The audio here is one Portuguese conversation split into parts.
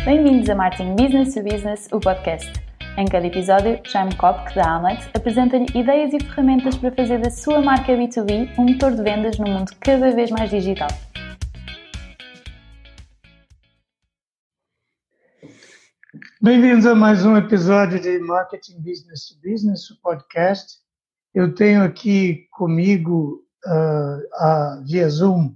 Bem-vindos a Marketing Business to Business, o podcast. Em cada episódio, Jaime Kopk, da Amlet, apresenta-lhe ideias e ferramentas para fazer da sua marca B2B um motor de vendas num mundo cada vez mais digital. Bem-vindos a mais um episódio de Marketing Business to Business, o podcast. Eu tenho aqui comigo, via Zoom,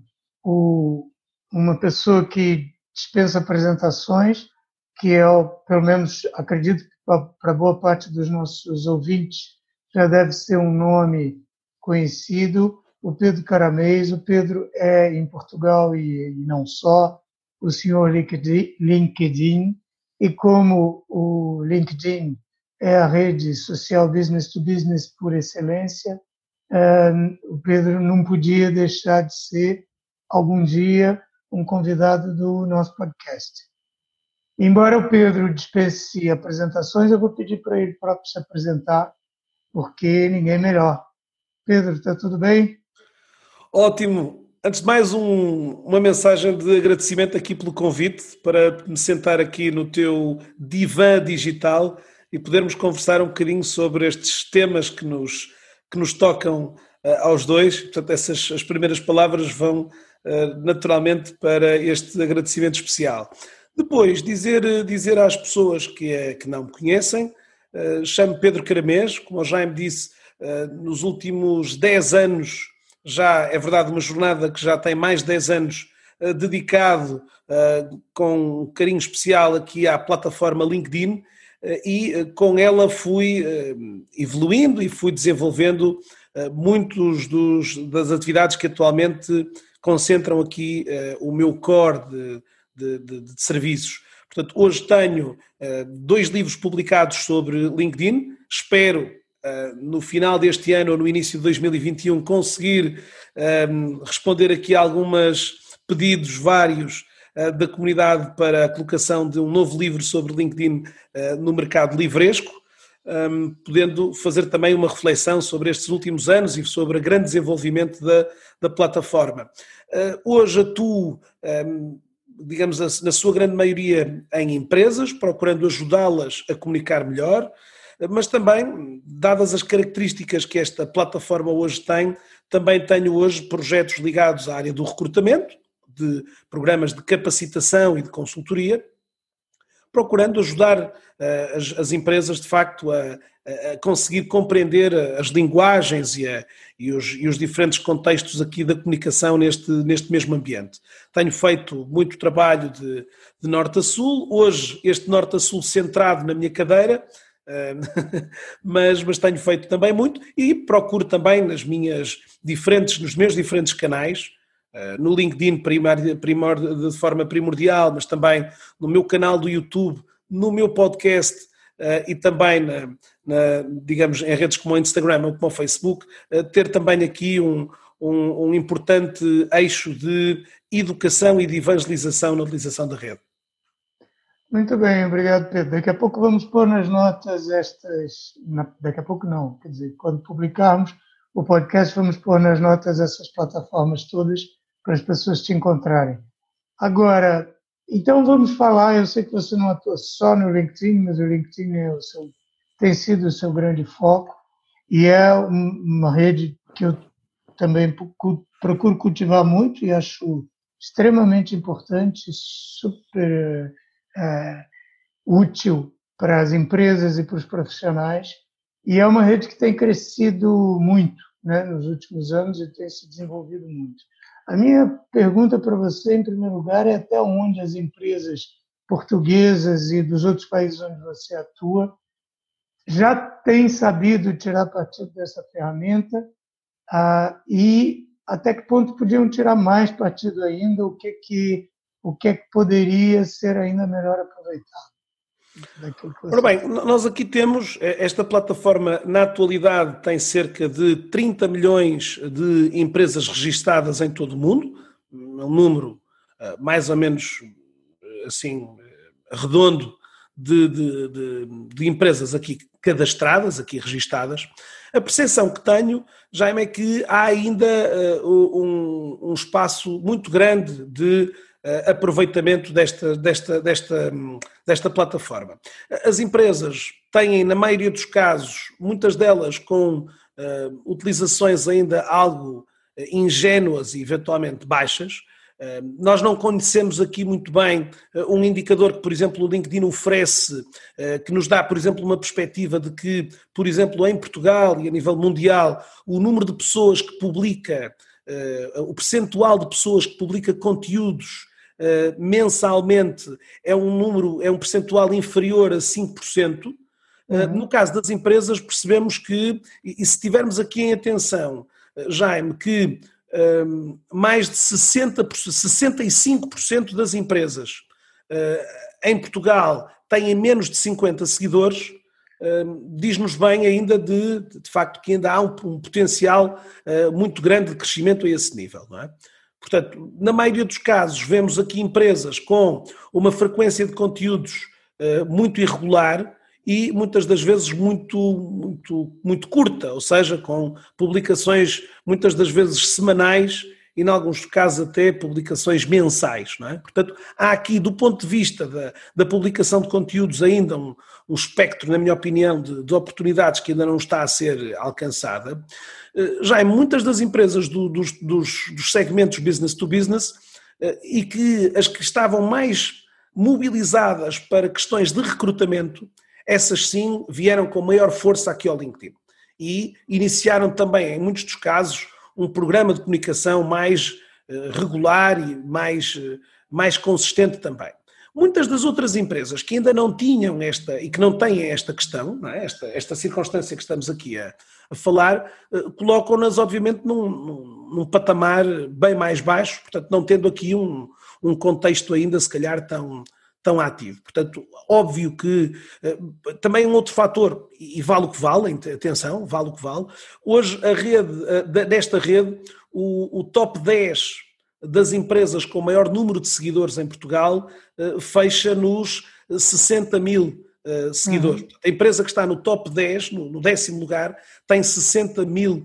uma pessoa que dispensa apresentações, que é, pelo menos, acredito que para boa parte dos nossos ouvintes já deve ser um nome conhecido, o Pedro Caramês. O Pedro é em Portugal e não só, o senhor LinkedIn, e como o LinkedIn é a rede social business to business por excelência, o Pedro não podia deixar de ser, algum dia, um convidado do nosso podcast. Embora o Pedro dispense apresentações, eu vou pedir para ele próprio se apresentar, porque ninguém é melhor. Pedro, está tudo bem? Ótimo. Antes de mais, uma mensagem de agradecimento aqui pelo convite para me sentar aqui no teu divã digital e podermos conversar um bocadinho sobre estes temas que nos tocam aos dois. Portanto, as primeiras palavras vão naturalmente para este agradecimento especial. Depois, dizer às pessoas que não me conhecem, chamo-me Pedro Caramês, como o Jaime disse, nos últimos 10 anos, já é verdade, uma jornada que já tem mais de 10 anos dedicado com um carinho especial aqui à plataforma LinkedIn, e com ela fui evoluindo e fui desenvolvendo muitos das atividades que atualmente concentram aqui o meu core de serviços. Portanto, hoje tenho 2 livros publicados sobre LinkedIn. Espero, no final deste ano ou no início de 2021, conseguir responder aqui a alguns pedidos vários da comunidade para a colocação de um novo livro sobre LinkedIn no mercado livresco, podendo fazer também uma reflexão sobre estes últimos anos e sobre o grande desenvolvimento da plataforma. Hoje atuo, digamos, na sua grande maioria em empresas, procurando ajudá-las a comunicar melhor, mas também, dadas as características que esta plataforma hoje tem, também tenho hoje projetos ligados à área do recrutamento, de programas de capacitação e de consultoria, procurando ajudar as empresas, de facto, a conseguir compreender as linguagens e os diferentes contextos aqui da comunicação neste mesmo ambiente. Tenho feito muito trabalho de norte a sul, hoje este norte a sul centrado na minha cadeira, mas tenho feito também muito e procuro também nos meus diferentes canais, no LinkedIn de forma primordial, mas também no meu canal do YouTube, no meu podcast e também digamos, em redes como o Instagram ou como o Facebook, ter também aqui um importante eixo de educação e de evangelização na utilização da rede. Muito bem, obrigado, Pedro. Daqui a pouco vamos pôr nas notas daqui a pouco não, quer dizer, quando publicarmos o podcast vamos pôr nas notas essas plataformas todas para as pessoas te encontrarem. Agora, então vamos falar, eu sei que você não atua só no LinkedIn, mas o LinkedIn tem sido o seu grande foco e é uma rede que eu também procuro cultivar muito e acho extremamente importante, super útil para as empresas e para os profissionais, e é uma rede que tem crescido muito, né, nos últimos anos e tem se desenvolvido muito. A minha pergunta para você, em primeiro lugar, é até onde as empresas portuguesas e dos outros países onde você atua já têm sabido tirar partido dessa ferramenta e até que ponto podiam tirar mais partido ainda, o que poderia ser ainda melhor aproveitado. Ora bem, nós aqui temos, esta plataforma na atualidade tem cerca de 30 milhões de empresas registadas em todo o mundo, um número mais ou menos assim redondo de empresas aqui cadastradas, aqui registadas. A percepção que tenho, Jaime, é que há ainda um espaço muito grande de aproveitamento desta plataforma. As empresas têm, na maioria dos casos, muitas delas com utilizações ainda algo ingênuas e eventualmente baixas. Nós não conhecemos aqui muito bem um indicador que, por exemplo, o LinkedIn oferece, que nos dá, por exemplo, uma perspectiva de que, por exemplo, em Portugal e a nível mundial, o número de pessoas que publica, o percentual de pessoas que publica conteúdos mensalmente é um percentual inferior a 5%. No caso das empresas, percebemos que, e se tivermos aqui em atenção, Jaime, que mais de 65% das empresas em Portugal têm menos de 50 seguidores, diz-nos bem ainda de facto que ainda há um potencial muito grande de crescimento a esse nível, não é? Portanto, na maioria dos casos vemos aqui empresas com uma frequência de conteúdos muito irregular e muitas das vezes muito curta, ou seja, com publicações muitas das vezes semanais e, em alguns casos, até publicações mensais, não é? Portanto, há aqui, do ponto de vista da publicação de conteúdos, ainda um espectro, na minha opinião, de oportunidades que ainda não está a ser alcançada. Já em muitas das empresas dos segmentos business to business e que as que estavam mais mobilizadas para questões de recrutamento, essas sim vieram com maior força aqui ao LinkedIn e iniciaram também, em muitos dos casos, um programa de comunicação mais regular e mais consistente também. Muitas das outras empresas que ainda não tinham e que não têm esta questão, não é? esta circunstância que estamos aqui a falar, colocam-nas obviamente num patamar bem mais baixo, portanto não tendo aqui um contexto ainda se calhar tão ativo. Portanto, óbvio que também um outro fator, e vale o que vale, atenção, vale o que vale, hoje desta rede, o top 10 das empresas com maior número de seguidores em Portugal fecha nos 60 mil seguidores. A empresa que está no top 10, no 10º lugar, tem 60 mil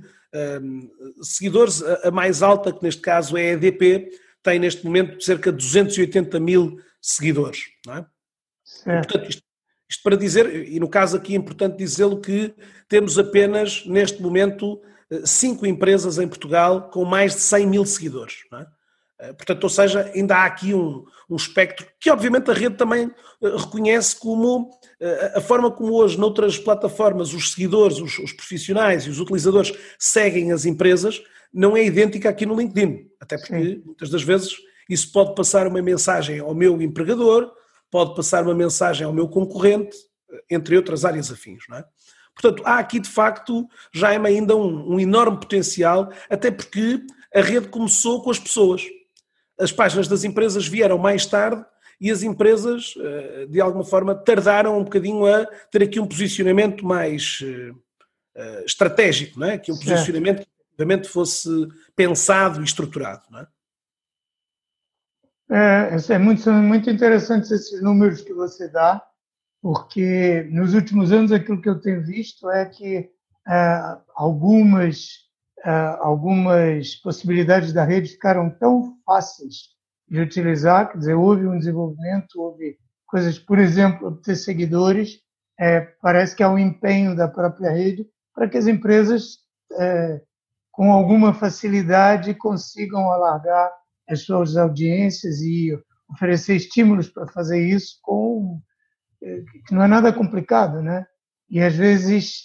seguidores, a mais alta, que neste caso é a EDP, tem neste momento cerca de 280 mil seguidores, não é? Portanto, isto para dizer, e no caso aqui é importante dizê-lo, que temos apenas neste momento 5 empresas em Portugal com mais de 100 mil seguidores, não é? Portanto, ou seja, ainda há aqui um espectro que obviamente a rede também reconhece como a forma como hoje noutras plataformas os seguidores, os profissionais e os utilizadores seguem as empresas, não é idêntica aqui no LinkedIn, até porque muitas das vezes isso pode passar uma mensagem ao meu empregador, pode passar uma mensagem ao meu concorrente, entre outras áreas afins, não é? Portanto, há aqui de facto, Jaime, ainda um enorme potencial, até porque a rede começou com as pessoas. As páginas das empresas vieram mais tarde e as empresas, de alguma forma, tardaram um bocadinho a ter aqui um posicionamento mais estratégico, não é? Que um posicionamento que obviamente fosse pensado e estruturado, não é? São muito interessantes esses números que você dá, porque nos últimos anos aquilo que eu tenho visto é que algumas possibilidades da rede ficaram tão fáceis de utilizar, quer dizer, houve um desenvolvimento, houve coisas, por exemplo, obter seguidores, parece que há um empenho da própria rede para que as empresas, com alguma facilidade, consigam alargar as suas audiências e oferecer estímulos para fazer isso, que não é nada complicado, né? E às vezes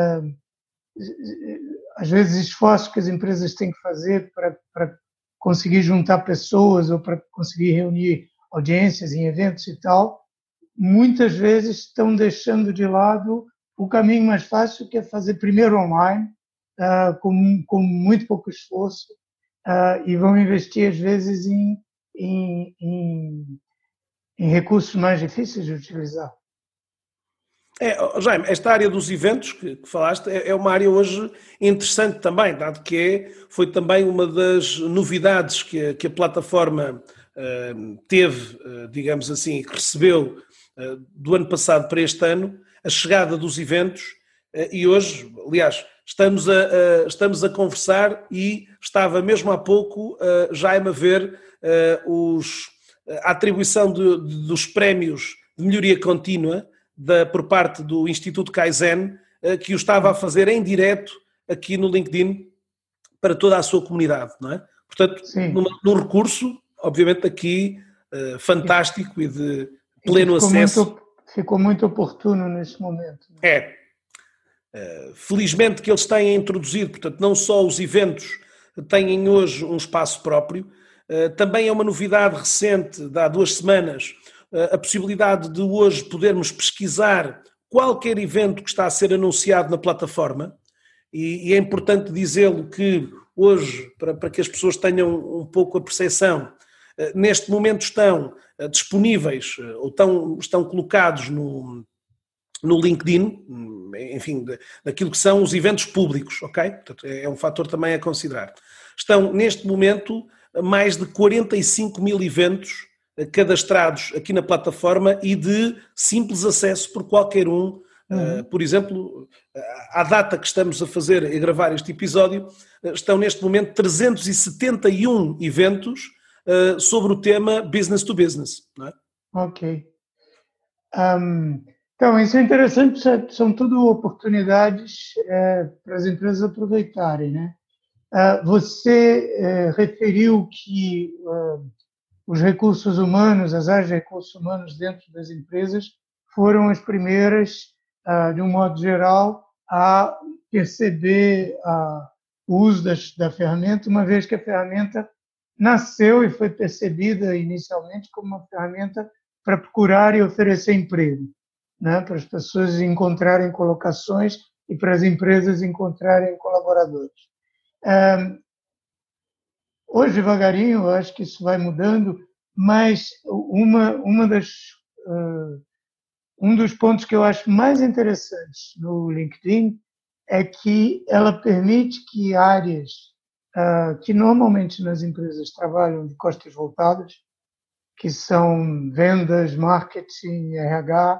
esforços que as empresas têm que fazer para conseguir juntar pessoas ou para conseguir reunir audiências em eventos e tal, muitas vezes estão deixando de lado o caminho mais fácil, que é fazer primeiro online, com muito pouco esforço, e vão investir às vezes em recursos mais difíceis de utilizar. Jaime, esta área dos eventos que falaste é uma área hoje interessante também, dado que foi também uma das novidades que a plataforma teve, digamos assim, que recebeu do ano passado para este ano, a chegada dos eventos, e hoje, aliás, estamos a conversar e estava mesmo há pouco, Jaime, a ver a atribuição dos prémios de melhoria contínua por parte do Instituto Kaizen, que o estava a fazer em direto aqui no LinkedIn para toda a sua comunidade, não é? Portanto, num recurso, obviamente aqui, fantástico e de pleno acesso. Ficou muito oportuno nesse momento. Não é? Felizmente que eles têm introduzido, portanto, não só os eventos têm hoje um espaço próprio, também é uma novidade recente, de há 2 semanas, a possibilidade de hoje podermos pesquisar qualquer evento que está a ser anunciado na plataforma, e é importante dizê-lo que hoje, para que as pessoas tenham um pouco a percepção, neste momento estão disponíveis ou estão colocados no LinkedIn, enfim, daquilo que são os eventos públicos, ok? Portanto, é um fator também a considerar. Estão, neste momento, mais de 45 mil eventos cadastrados aqui na plataforma e de simples acesso por qualquer um. Por exemplo, à data que estamos a fazer e gravar este episódio, estão neste momento 371 eventos sobre o tema Business to Business. Não é? Ok. Então, isso é interessante, são tudo oportunidades para as empresas aproveitarem, né? Você referiu que os recursos humanos, as áreas de recursos humanos dentro das empresas foram as primeiras, de um modo geral, a perceber o uso da ferramenta, uma vez que a ferramenta nasceu e foi percebida inicialmente como uma ferramenta para procurar e oferecer emprego, né? Para as pessoas encontrarem colocações e para as empresas encontrarem colaboradores. Hoje, devagarinho, eu acho que isso vai mudando, mas um dos pontos que eu acho mais interessantes no LinkedIn é que ela permite que áreas que normalmente nas empresas trabalham de costas voltadas, que são vendas, marketing, RH,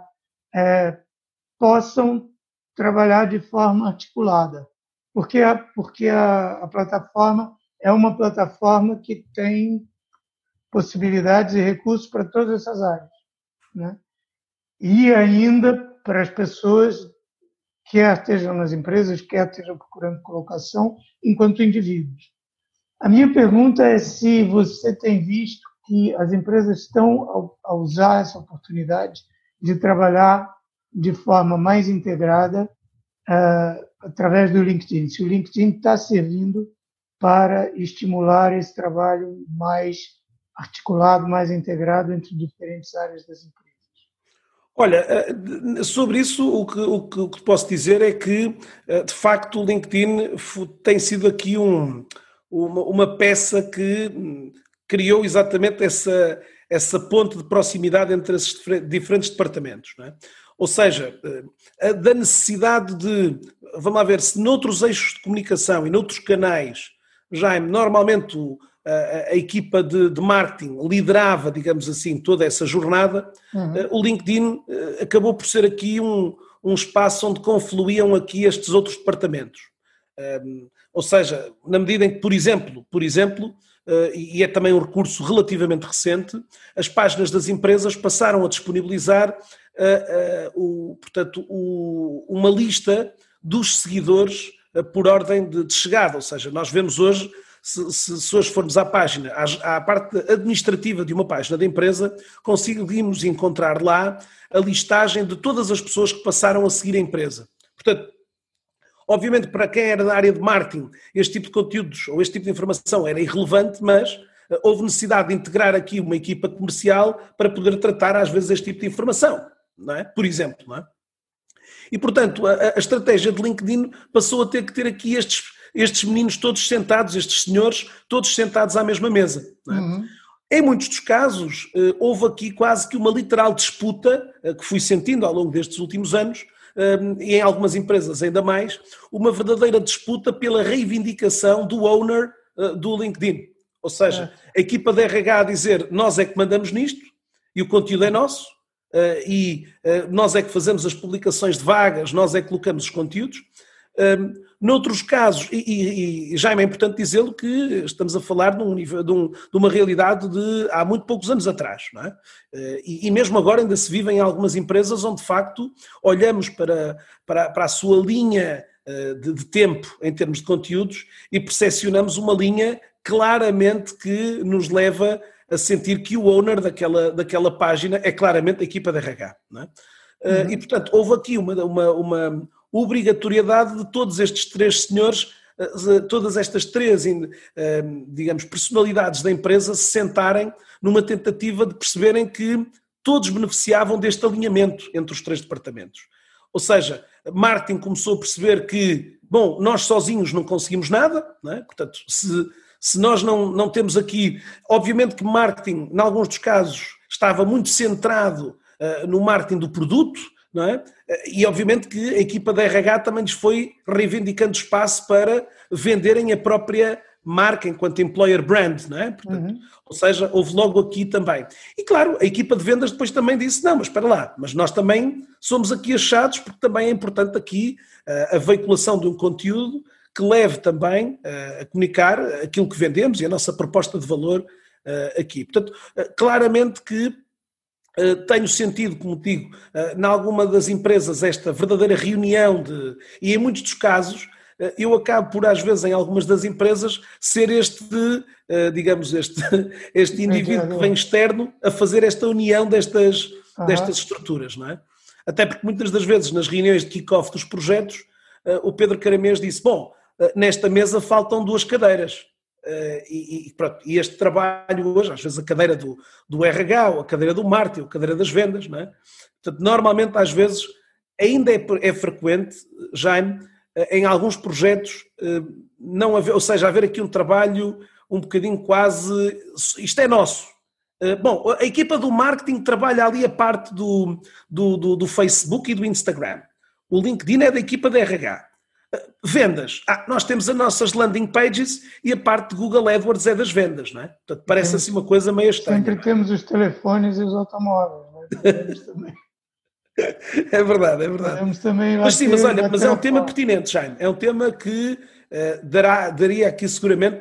possam trabalhar de forma articulada, porque a plataforma é uma plataforma que tem possibilidades e recursos para todas essas áreas, né? E ainda para as pessoas, quer estejam nas empresas, quer estejam procurando colocação, enquanto indivíduos. A minha pergunta é se você tem visto que as empresas estão a usar essa oportunidade de trabalhar de forma mais integrada através do LinkedIn. Se o LinkedIn está servindo para estimular esse trabalho mais articulado, mais integrado entre diferentes áreas das empresas. Olha, sobre isso o que posso dizer é que, de facto, o LinkedIn tem sido aqui uma peça que criou exatamente essa ponte de proximidade entre esses diferentes departamentos, não é? Ou seja, da necessidade de, vamos lá ver, se noutros eixos de comunicação e noutros canais, Jaime, normalmente a equipa de marketing liderava, digamos assim, toda essa jornada, o LinkedIn acabou por ser aqui um espaço onde confluíam aqui estes outros departamentos. Ou seja, na medida em que, por exemplo, e é também um recurso relativamente recente, as páginas das empresas passaram a disponibilizar portanto, uma lista dos seguidores por ordem de chegada, ou seja, nós vemos hoje, se hoje formos à página, à parte administrativa de uma página da empresa, conseguimos encontrar lá a listagem de todas as pessoas que passaram a seguir a empresa. Portanto, obviamente para quem era da área de marketing, este tipo de conteúdos ou este tipo de informação era irrelevante, mas houve necessidade de integrar aqui uma equipa comercial para poder tratar às vezes este tipo de informação, não é? Por exemplo, não é? E portanto a estratégia de LinkedIn passou a ter que ter aqui estes meninos todos sentados, estes senhores todos sentados à mesma mesa, não é? Em muitos dos casos houve aqui quase que uma literal disputa que fui sentindo ao longo destes últimos anos, e em algumas empresas ainda mais, uma verdadeira disputa pela reivindicação do owner do LinkedIn. Ou seja, a equipa de RH a dizer nós é que mandamos nisto e o conteúdo é nosso, e nós é que fazemos as publicações de vagas, nós é que colocamos os conteúdos, Noutros casos, Jaime, é importante dizê-lo que estamos a falar de uma realidade de há muito poucos anos atrás, não é? E mesmo agora ainda se vive em algumas empresas onde de facto olhamos para a sua linha de tempo em termos de conteúdos e percepcionamos uma linha claramente que nos leva a sentir que o owner daquela página é claramente a equipa de RH, não é? E portanto houve aqui uma obrigatoriedade de todos estes três senhores, todas estas três, digamos, personalidades da empresa se sentarem numa tentativa de perceberem que todos beneficiavam deste alinhamento entre os três departamentos. Ou seja, marketing começou a perceber que, bom, nós sozinhos não conseguimos nada, não é? Portanto, se nós não temos aqui, obviamente que marketing, em alguns dos casos, estava muito centrado no marketing do produto, não é? E obviamente que a equipa da RH também lhes foi reivindicando espaço para venderem a própria marca enquanto employer brand, não é? Portanto, ou seja, houve logo aqui também. E claro, a equipa de vendas depois também disse, não, mas espera lá, mas nós também somos aqui achados porque também é importante aqui a veiculação de um conteúdo que leve também a comunicar aquilo que vendemos e a nossa proposta de valor aqui. Portanto, claramente que tenho sentido, como digo, em alguma das empresas esta verdadeira reunião e em muitos dos casos eu acabo por às vezes em algumas das empresas ser digamos, este indivíduo que vem externo a fazer esta união destas estruturas, não é? Até porque muitas das vezes nas reuniões de kick-off dos projetos o Pedro Caramês disse, bom, nesta mesa faltam 2 cadeiras. Pronto, e este trabalho hoje, às vezes a cadeira do RH, ou a cadeira do marketing, ou a cadeira das vendas, não é? Portanto, normalmente às vezes ainda é frequente, Jaime, em alguns projetos não haver, ou seja, haver aqui um trabalho um bocadinho quase, isto é nosso. Bom, a equipa do marketing trabalha ali a parte do Facebook e do Instagram. O LinkedIn é da equipa da RH. Vendas. Nós temos as nossas landing pages e a parte de Google AdWords é das vendas, não é? Portanto, parece assim uma coisa meio estranha. Sempre temos os telefones e os automóveis, não é? Também. É verdade, é verdade. Mas sim, mas olha, mas é um tema pertinente, Jaime. É um tema que daria aqui seguramente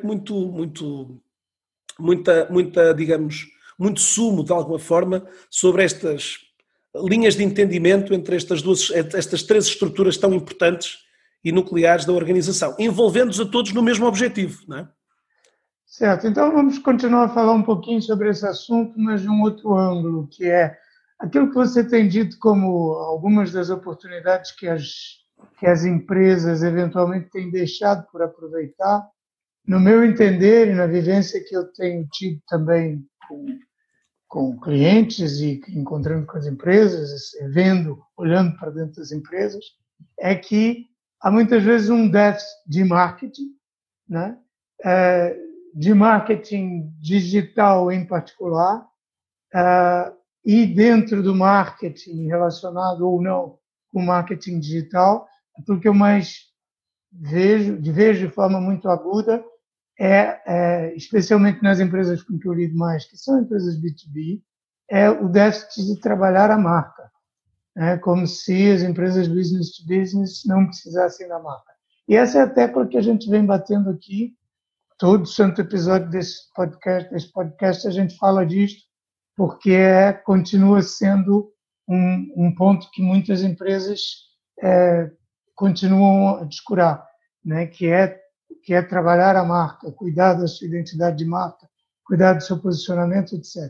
muita, digamos, muito sumo, de alguma forma, sobre estas linhas de entendimento entre estas 3 estruturas tão importantes e nucleares da organização, envolvendo-os a todos no mesmo objetivo, não é? Certo, então vamos continuar a falar um pouquinho sobre esse assunto, mas de um outro ângulo, que é aquilo que você tem dito como algumas das oportunidades que as empresas eventualmente têm deixado por aproveitar. No meu entender e na vivência que eu tenho tido também com clientes e encontrando com as empresas, olhando para dentro das empresas, é que há muitas vezes um déficit de marketing, né? De marketing digital em particular, e dentro do marketing relacionado ou não com marketing digital, aquilo que eu mais vejo de forma muito aguda especialmente nas empresas com que eu lido mais, que são empresas B2B, é o déficit de trabalhar a marca. É como se as empresas business to business não precisassem da marca. E essa é a tecla que a gente vem batendo aqui, todo santo episódio desse podcast a gente fala disto, porque continua sendo um ponto que muitas empresas continuam a descurar, né? Que é trabalhar a marca, cuidar da sua identidade de marca, cuidar do seu posicionamento, etc.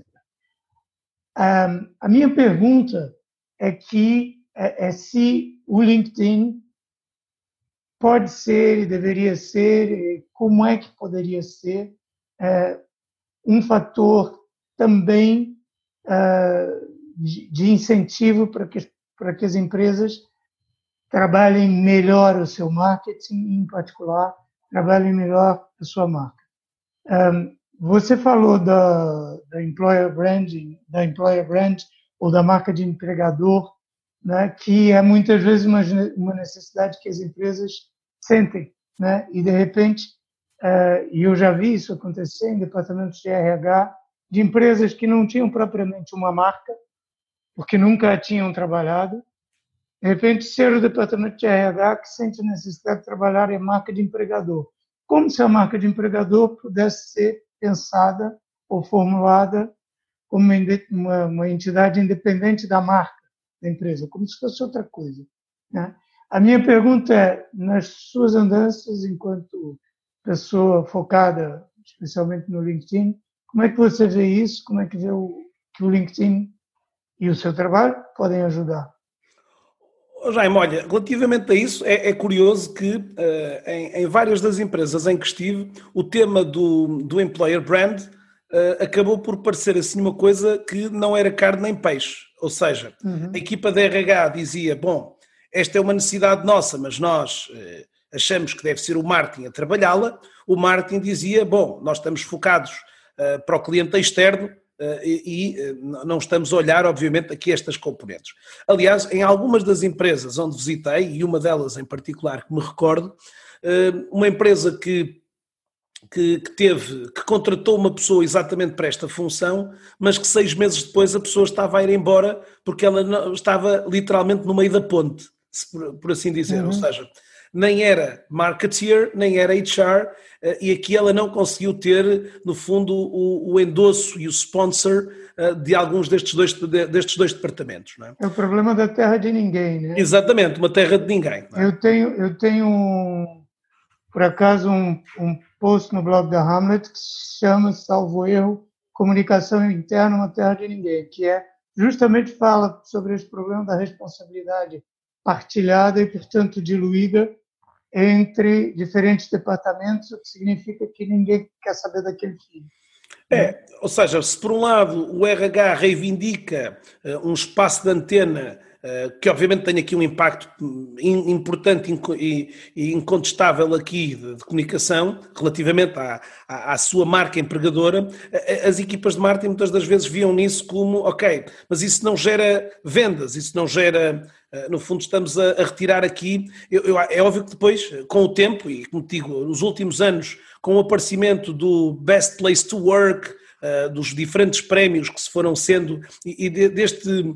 A minha pergunta é se o LinkedIn pode ser e deveria ser, como é que poderia ser um fator também de incentivo para que as empresas trabalhem melhor o seu marketing, em particular, trabalhem melhor a sua marca. Você falou da employer branding, da employer brand ou da marca de empregador, né, que é muitas vezes uma necessidade que as empresas sentem, né, e de repente, e eu já vi isso acontecer em departamentos de RH, de empresas que não tinham propriamente uma marca, porque nunca a tinham trabalhado, De repente, ser o departamento de RH que sente necessidade de trabalhar em marca de empregador. Como se a marca de empregador pudesse ser pensada ou formulada como uma entidade independente da marca da empresa, como se fosse outra coisa, né? A minha pergunta é, nas suas andanças enquanto pessoa focada especialmente no LinkedIn, como é que você vê isso? Como é que vê que o LinkedIn e o seu trabalho podem ajudar? Jaime, olha, relativamente a isso, é curioso que em várias das empresas em que estive, o tema do employer brand acabou por parecer assim uma coisa que não era carne nem peixe. Ou seja, a equipa da RH dizia, bom, esta é uma necessidade nossa, mas nós achamos que deve ser o marketing a trabalhá-la. O marketing dizia, bom, nós estamos focados para o cliente externo, e não estamos a olhar, obviamente, aqui estas componentes. Aliás, em algumas das empresas onde visitei, e uma delas em particular que me recordo, uma empresa que contratou uma pessoa exatamente para esta função, mas que 6 meses depois a pessoa estava a ir embora porque ela estava literalmente no meio da ponte, por assim dizer, ou seja, nem era marketeer, nem era HR, e aqui ela não conseguiu ter, no fundo, o endosso e o sponsor de alguns destes dois departamentos. Não é? É o problema da terra de ninguém, né? Exatamente, uma terra de ninguém. Não é? Eu tenho por acaso, um post no blog da Hamlet que se chama, salvo erro, Comunicação Interna, uma terra de ninguém, que justamente fala sobre esse problema da responsabilidade partilhada e, portanto, diluída entre diferentes departamentos, o que significa que ninguém quer saber daquele filho. Ou seja, se por um lado o RH reivindica um espaço de antena que obviamente tem aqui um impacto importante e incontestável aqui de comunicação relativamente à sua marca empregadora, as equipas de marketing muitas das vezes viam nisso como, ok, mas isso não gera vendas, isso não gera, no fundo estamos a retirar aqui, é óbvio que depois, com o tempo, e como digo, nos últimos anos, com o aparecimento do Best Place to Work, dos diferentes prémios que se foram sendo, e deste,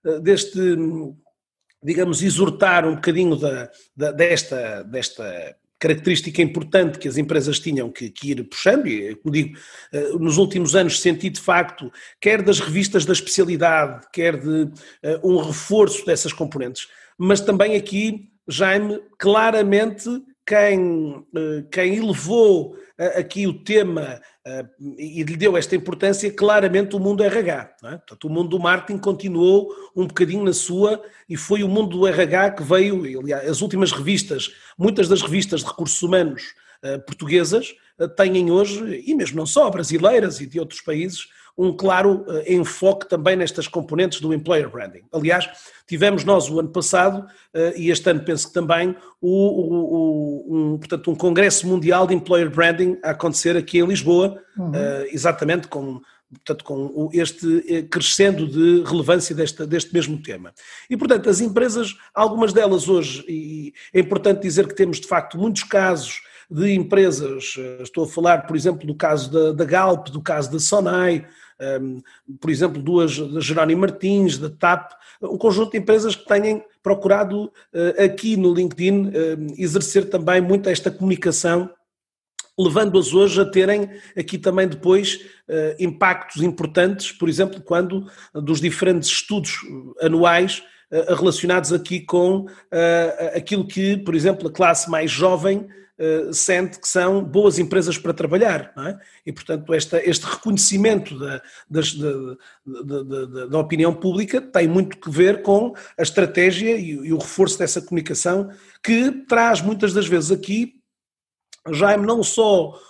digamos, exortar um bocadinho desta característica importante que as empresas tinham que ir puxando, e, como digo, nos últimos anos senti de facto, quer das revistas da especialidade, quer de um reforço dessas componentes, mas também aqui, Jaime, claramente quem elevou aqui o tema e lhe deu esta importância, claramente o mundo RH. Não é? Portanto, o mundo do marketing continuou um bocadinho na sua e foi o mundo do RH que veio, aliás, as últimas revistas, muitas das revistas de recursos humanos portuguesas têm hoje, e mesmo não só, brasileiras e de outros países, um claro enfoque também nestas componentes do employer branding. Aliás, tivemos nós o ano passado, e este ano penso que também, portanto, um congresso mundial de employer branding a acontecer aqui em Lisboa, exatamente com este crescendo de relevância deste mesmo tema. E, portanto, as empresas, algumas delas hoje, e é importante dizer que temos de facto muitos casos de empresas, estou a falar, por exemplo, do caso da Galp, do caso da Sonai, por exemplo, duas da Jerónimo Martins, da TAP, um conjunto de empresas que têm procurado aqui no LinkedIn exercer também muito esta comunicação, levando-as hoje a terem aqui também depois impactos importantes, por exemplo, quando dos diferentes estudos anuais relacionados aqui com aquilo que, por exemplo, a classe mais jovem sente que são boas empresas para trabalhar, não é? E, portanto, este reconhecimento da opinião pública tem muito que ver com a estratégia e o reforço dessa comunicação que traz muitas das vezes aqui, Jaime, não só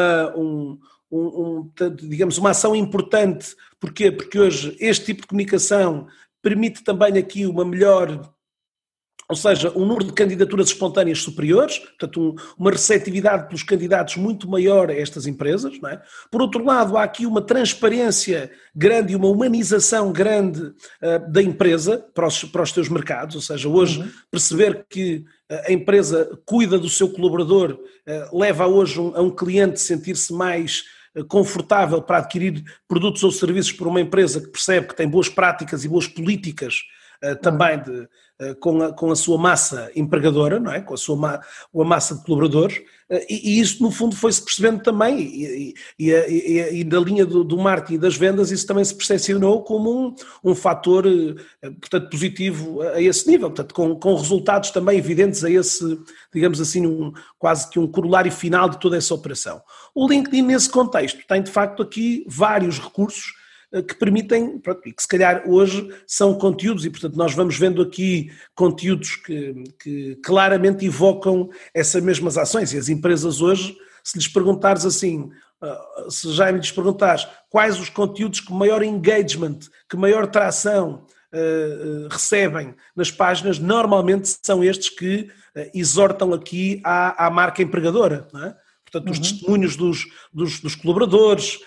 digamos, uma ação importante. Porquê? Porque hoje este tipo de comunicação permite também aqui uma melhor, ou seja, um número de candidaturas espontâneas superiores, portanto uma receptividade pelos candidatos muito maior a estas empresas, não é? Por outro lado, há aqui uma transparência grande e uma humanização grande da empresa para os seus mercados, ou seja, hoje perceber que a empresa cuida do seu colaborador leva hoje a um cliente sentir-se mais confortável para adquirir produtos ou serviços por uma empresa que percebe que tem boas práticas e boas políticas também com a sua massa empregadora, não é? Com a massa de colaboradores, e isso no fundo foi-se percebendo também, e na linha do marketing e das vendas isso também se percepcionou como um fator, portanto, positivo a esse nível, portanto, com resultados também evidentes a esse, digamos assim, quase que um corolário final de toda essa operação. O LinkedIn nesse contexto tem de facto aqui vários recursos que permitem, pronto, e que se calhar hoje são conteúdos, e portanto nós vamos vendo aqui conteúdos que claramente evocam essas mesmas ações, e as empresas hoje, se lhes perguntares assim, se já lhes perguntares quais os conteúdos que maior engagement, que maior tração recebem nas páginas, normalmente são estes que exortam aqui à marca empregadora, não é? Portanto, os testemunhos dos colaboradores,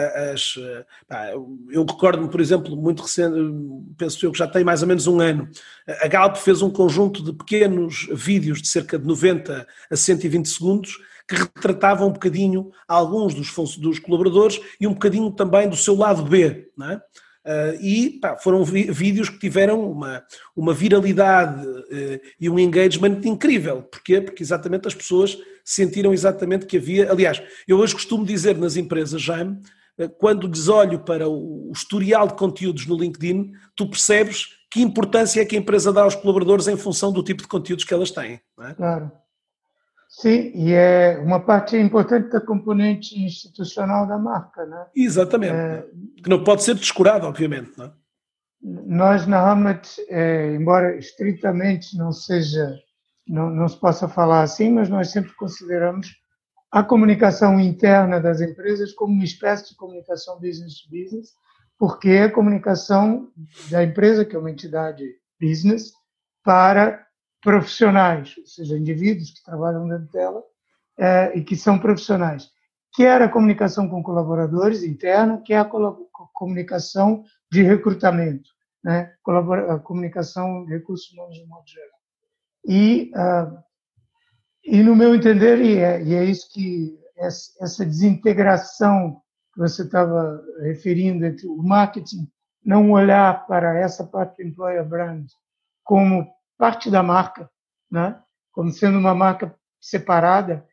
eu recordo-me, por exemplo, muito recente, penso eu que já tem mais ou menos um ano, a Galp fez um conjunto de pequenos vídeos de cerca de 90 a 120 segundos que retratavam um bocadinho alguns dos colaboradores e um bocadinho também do seu lado B, não é? Foram vídeos que tiveram uma viralidade e um engagement incrível. Porquê? Porque exatamente as pessoas sentiram exatamente que havia... Aliás, eu hoje costumo dizer nas empresas, Jaime, quando lhes olho para o historial de conteúdos no LinkedIn, tu percebes que importância é que a empresa dá aos colaboradores em função do tipo de conteúdos que elas têm. Não é? Claro. Sim, e é uma parte importante da componente institucional da marca, né? Exatamente. Que não pode ser descurado, obviamente. Não é? Nós na Hamlet, embora estritamente não seja, não se possa falar assim, mas nós sempre consideramos a comunicação interna das empresas como uma espécie de comunicação business to business, porque é a comunicação da empresa, que é uma entidade business, para profissionais, ou seja, indivíduos que trabalham dentro dela e que são profissionais. Quer a comunicação com colaboradores interna, quer a comunicação de recrutamento, né? A comunicação de recursos humanos de modo geral. E no meu entender, e é isso que essa desintegração que você estava referindo entre o marketing, não olhar para essa parte do employer brand como parte da marca, né? Como sendo uma marca separada,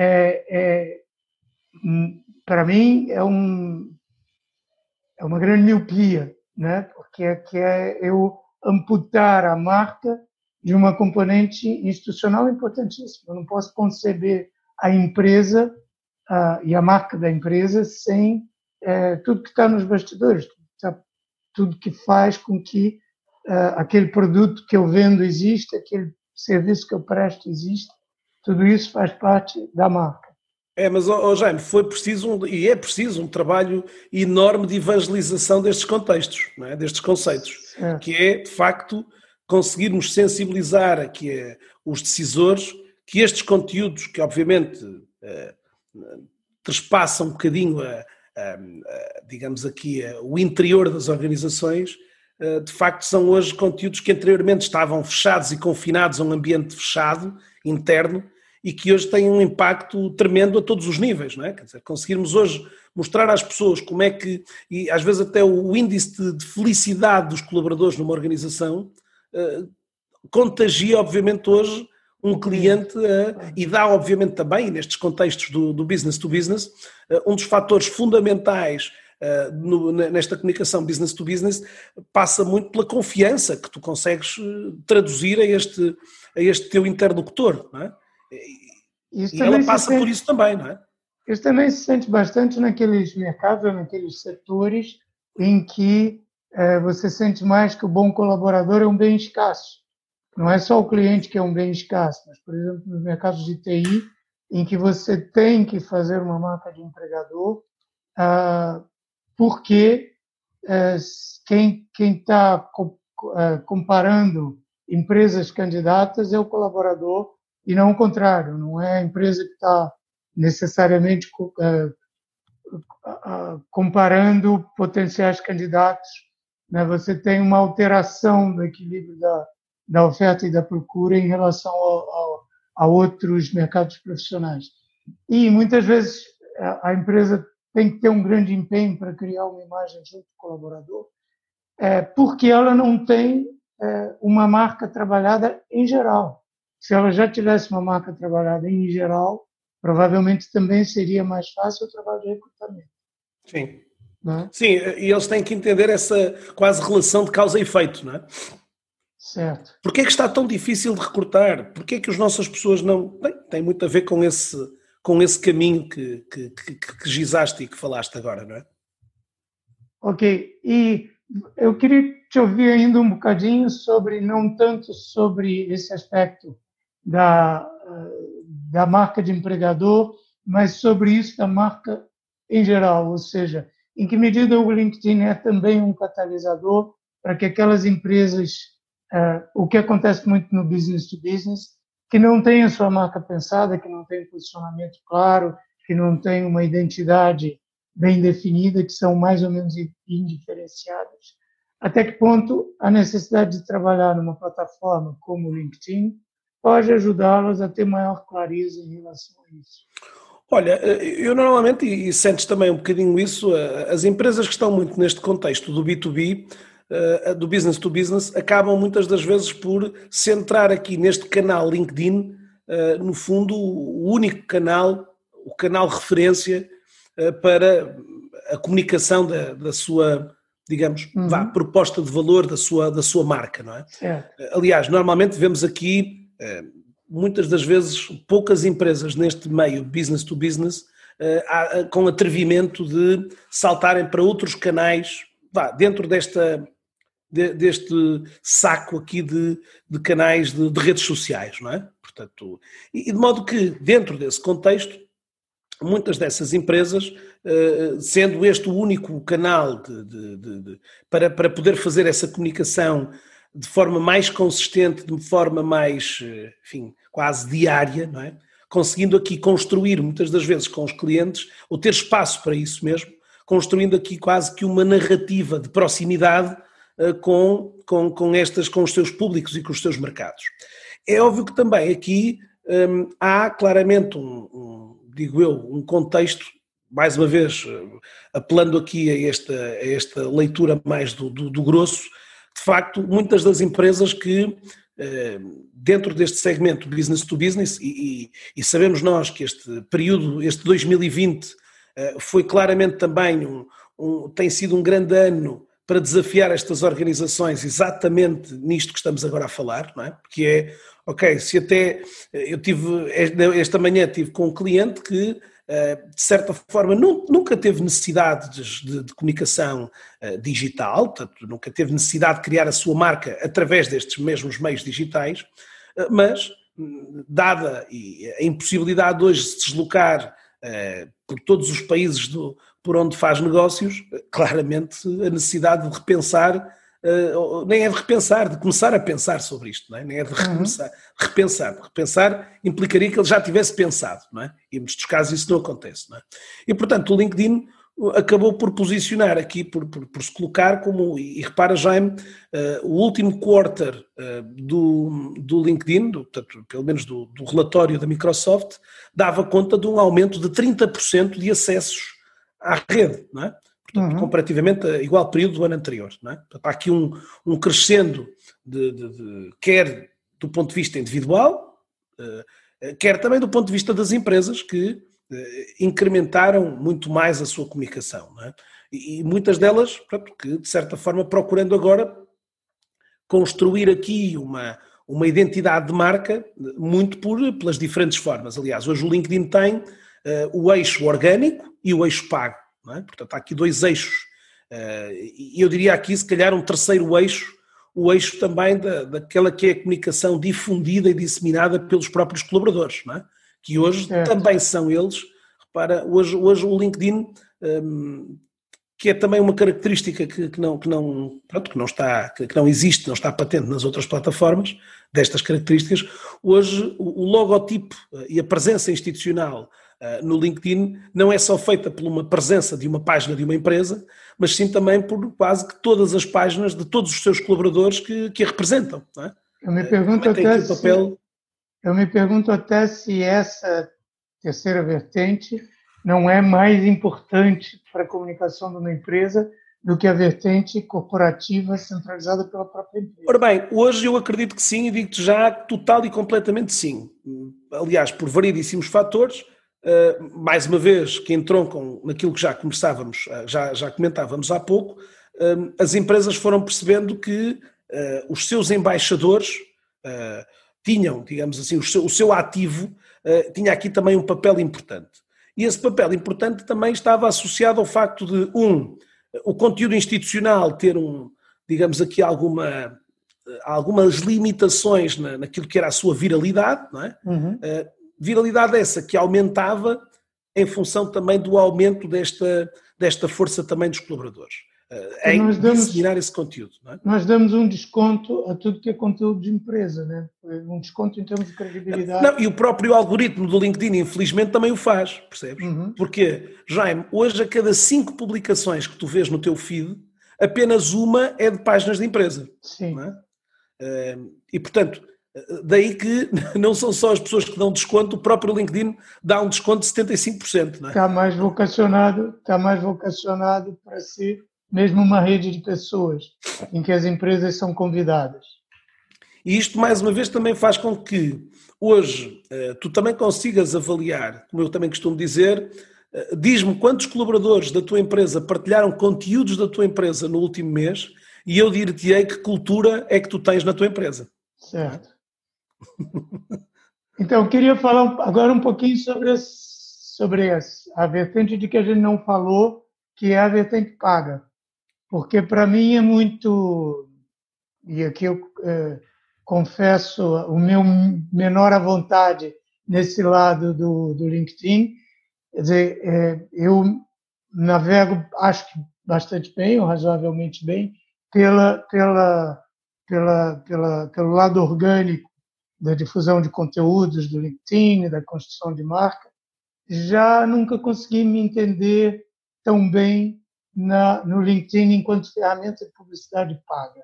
para mim é uma grande miopia, né? Porque é eu amputar a marca de uma componente institucional importantíssima. Eu não posso conceber a empresa e a marca da empresa sem tudo que está nos bastidores, tudo que faz com que aquele produto que eu vendo existe, aquele serviço que eu presto existe, tudo isso faz parte da marca. Mas, Jaime, foi preciso, e é preciso, um trabalho enorme de evangelização destes contextos, não é? Destes conceitos, que é, de facto, conseguirmos sensibilizar aqui os decisores que estes conteúdos, que obviamente trespassam um bocadinho, digamos aqui, o interior das organizações, de facto são hoje conteúdos que anteriormente estavam fechados e confinados a um ambiente fechado, interno, e que hoje têm um impacto tremendo a todos os níveis, não é? Quer dizer, conseguirmos hoje mostrar às pessoas como é que, e às vezes até o índice de felicidade dos colaboradores numa organização contagia, obviamente, hoje um cliente e dá, obviamente, também, nestes contextos do business to business, um dos fatores fundamentais nesta comunicação business to business passa muito pela confiança que tu consegues traduzir a este teu interlocutor, não é? E ela passa por isso também, não é? Isso também se sente bastante naqueles mercados, naqueles setores em que você sente mais que o bom colaborador é um bem escasso. Não é só o cliente que é um bem escasso, mas, por exemplo, nos mercados de TI, em que você tem que fazer uma marca de empregador, porque quem está comparando empresas candidatas é o colaborador e não o contrário, não é a empresa que está necessariamente comparando potenciais candidatos, né? Você tem uma alteração do equilíbrio da oferta e da procura em relação a outros mercados profissionais. E muitas vezes a empresa tem que ter um grande empenho para criar uma imagem junto do colaborador, porque ela não tem uma marca trabalhada em geral. Se ela já tivesse uma marca trabalhada em geral, provavelmente também seria mais fácil o trabalho de recrutamento. Sim. Não é? Sim, e eles têm que entender essa quase relação de causa e efeito, não é? Certo. Porquê é que está tão difícil de recrutar? Porquê é que as nossas pessoas não... Bem, tem muito a ver com esse caminho que gizaste e que falaste agora, não é? Ok, e eu queria te ouvir ainda um bocadinho sobre, não tanto sobre esse aspecto da marca de empregador, mas sobre isso da marca em geral, ou seja, em que medida o LinkedIn é também um catalisador para que aquelas empresas, o que acontece muito no business to business, que não tem a sua marca pensada, que não tem um posicionamento claro, que não tem uma identidade bem definida, que são mais ou menos indiferenciadas. Até que ponto a necessidade de trabalhar numa plataforma como o LinkedIn pode ajudá-las a ter maior clareza em relação a isso? Olha, eu normalmente, e sentes também um bocadinho isso, as empresas que estão muito neste contexto do B2B, do business to business, acabam muitas das vezes por centrar aqui neste canal LinkedIn, no fundo, o único canal, o canal referência para a comunicação da sua, digamos, proposta de valor da sua marca, não é? Certo. Aliás, normalmente vemos aqui, muitas das vezes, poucas empresas neste meio business to business com atrevimento de saltarem para outros canais, dentro deste saco aqui de canais de redes sociais, não é? Portanto, e de modo que, dentro desse contexto, muitas dessas empresas, sendo este o único canal para poder fazer essa comunicação de forma mais consistente, de forma mais, enfim, quase diária, não é? Conseguindo aqui construir, muitas das vezes com os clientes, ou ter espaço para isso mesmo, construindo aqui quase que uma narrativa de proximidade com os seus públicos e com os seus mercados. É óbvio que também aqui há claramente digo eu, um contexto, mais uma vez, apelando aqui a esta leitura mais do grosso, de facto, muitas das empresas que, dentro deste segmento business to business, e sabemos nós que este período, este 2020, foi claramente também tem sido um grande ano para desafiar estas organizações exatamente nisto que estamos agora a falar, não é? Porque é, ok, se até eu esta manhã tive com um cliente que, de certa forma, nunca teve necessidade de comunicação digital, portanto, nunca teve necessidade de criar a sua marca através destes mesmos meios digitais, mas, dada a impossibilidade hoje de se deslocar por todos os países por onde faz negócios, claramente a necessidade de repensar, nem é de repensar, de começar a pensar sobre isto, não é? Nem é de repensar. Repensar implicaria que ele já tivesse pensado, não é? E em muitos casos isso não acontece, não é? E portanto o LinkedIn acabou por posicionar aqui, por se colocar como, e repara, Jaime, o último quarter do LinkedIn, portanto, pelo menos do relatório da Microsoft, dava conta de um aumento de 30% de acessos à rede, não é? Portanto, comparativamente a igual período do ano anterior, não é? Portanto, há aqui um crescendo quer do ponto de vista individual, quer também do ponto de vista das empresas que incrementaram muito mais a sua comunicação, não é? E muitas delas, portanto, que de certa forma procurando agora construir aqui uma identidade de marca muito pelas diferentes formas. Aliás, hoje o LinkedIn tem o eixo orgânico e o eixo pago, não é? Portanto, há aqui dois eixos, e eu diria aqui se calhar um terceiro eixo, o eixo também daquela que é a comunicação difundida e disseminada pelos próprios colaboradores, não é? Que hoje também são eles. Repara, hoje o LinkedIn, que é também uma característica que não existe, não está patente nas outras plataformas, destas características, hoje o logotipo e a presença institucional no LinkedIn não é só feita por uma presença de uma página de uma empresa, mas sim também por quase que todas as páginas de todos os seus colaboradores que a representam, não é? Eu me pergunto até se essa terceira vertente não é mais importante para a comunicação de uma empresa do que a vertente corporativa centralizada pela própria empresa. Ora bem, hoje eu acredito que sim e digo-te já total e completamente sim. Aliás, por variedíssimos fatores, mais uma vez que entroncam naquilo que já conversávamos, já comentávamos há pouco, as empresas foram percebendo que os seus embaixadores tinham, digamos assim, o seu ativo tinha aqui também um papel importante. E esse papel importante também estava associado ao facto de, o conteúdo institucional ter digamos aqui, algumas limitações naquilo que era a sua viralidade, não é? Uhum. Viralidade essa que aumentava em função também do aumento desta força também dos colaboradores, em disseminar esse conteúdo. Não é? Nós damos um desconto a tudo que é conteúdo de empresa, né? Um desconto em termos de credibilidade. Não, e o próprio algoritmo do LinkedIn, infelizmente, também o faz, percebes? Uhum. Porque, Jaime, hoje a cada 5 publicações que tu vês no teu feed, apenas uma é de páginas de empresa. Sim. Não é? E, portanto, daí que não são só as pessoas que dão desconto, o próprio LinkedIn dá um desconto de 75%. Não é? Está mais vocacionado para ser mesmo uma rede de pessoas em que as empresas são convidadas. E isto, mais uma vez, também faz com que hoje tu também consigas avaliar, como eu também costumo dizer, diz-me quantos colaboradores da tua empresa partilharam conteúdos da tua empresa no último mês e eu dir-te-ei que cultura é que tu tens na tua empresa. Certo. Então, eu queria falar agora um pouquinho sobre a vertente de que a gente não falou, que é a vertente paga. Porque, para mim, é muito... E aqui eu confesso o meu menor à vontade nesse lado do LinkedIn. Quer dizer, eu navego, acho que bastante bem, ou razoavelmente bem, pelo lado orgânico da difusão de conteúdos do LinkedIn, da construção de marca. Já nunca consegui me entender tão bem no LinkedIn enquanto ferramenta de publicidade paga.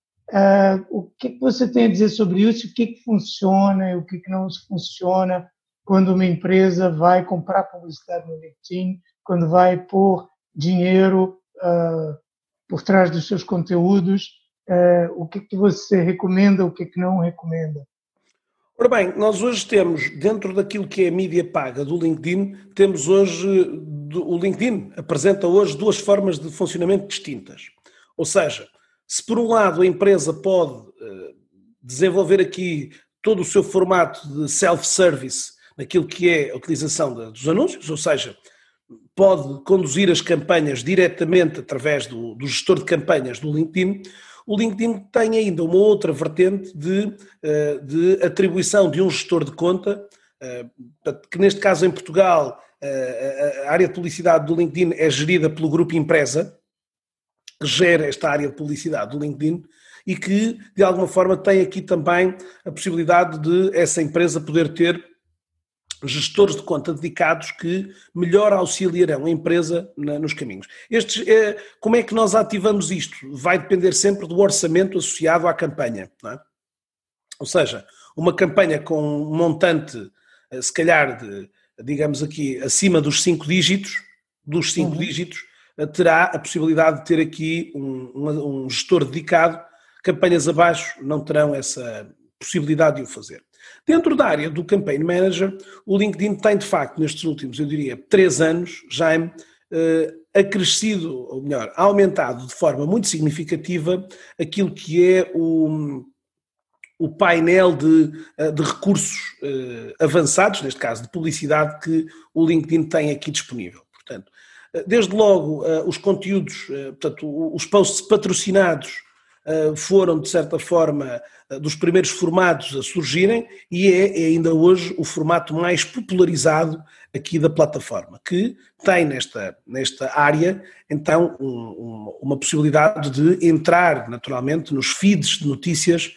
O que você tem a dizer sobre isso? O que funciona e o que não funciona quando uma empresa vai comprar publicidade no LinkedIn, quando vai pôr dinheiro por trás dos seus conteúdos? O que você recomenda, o que não recomenda? Ora bem, nós hoje temos, dentro daquilo que é a mídia paga do LinkedIn, temos hoje, o LinkedIn apresenta hoje duas formas de funcionamento distintas. Ou seja, se por um lado a empresa pode desenvolver aqui todo o seu formato de self-service naquilo que é a utilização dos anúncios, ou seja, pode conduzir as campanhas diretamente através do gestor de campanhas do LinkedIn, o LinkedIn tem ainda uma outra vertente de atribuição de um gestor de conta, que neste caso em Portugal a área de publicidade do LinkedIn é gerida pelo grupo Empresa, que gera esta área de publicidade do LinkedIn e que de alguma forma tem aqui também a possibilidade de essa empresa poder ter gestores de conta dedicados que melhor auxiliarão a empresa nos caminhos. Como é que nós ativamos isto? Vai depender sempre do orçamento associado à campanha, não é? Ou seja, uma campanha com um montante, se calhar, digamos aqui, acima dos 5 dígitos, terá a possibilidade de ter aqui um gestor dedicado. Campanhas abaixo não terão essa possibilidade de o fazer. Dentro da área do Campaign Manager, o LinkedIn tem, de facto, nestes últimos, eu diria, 3 anos, Jaime, acrescido, ou melhor, aumentado de forma muito significativa aquilo que é o painel de recursos avançados, neste caso de publicidade, que o LinkedIn tem aqui disponível. Portanto, desde logo, os conteúdos, portanto, os posts patrocinados foram, de certa forma, dos primeiros formatos a surgirem e é ainda hoje o formato mais popularizado aqui da plataforma, que tem nesta área, então, uma possibilidade de entrar, naturalmente, nos feeds de notícias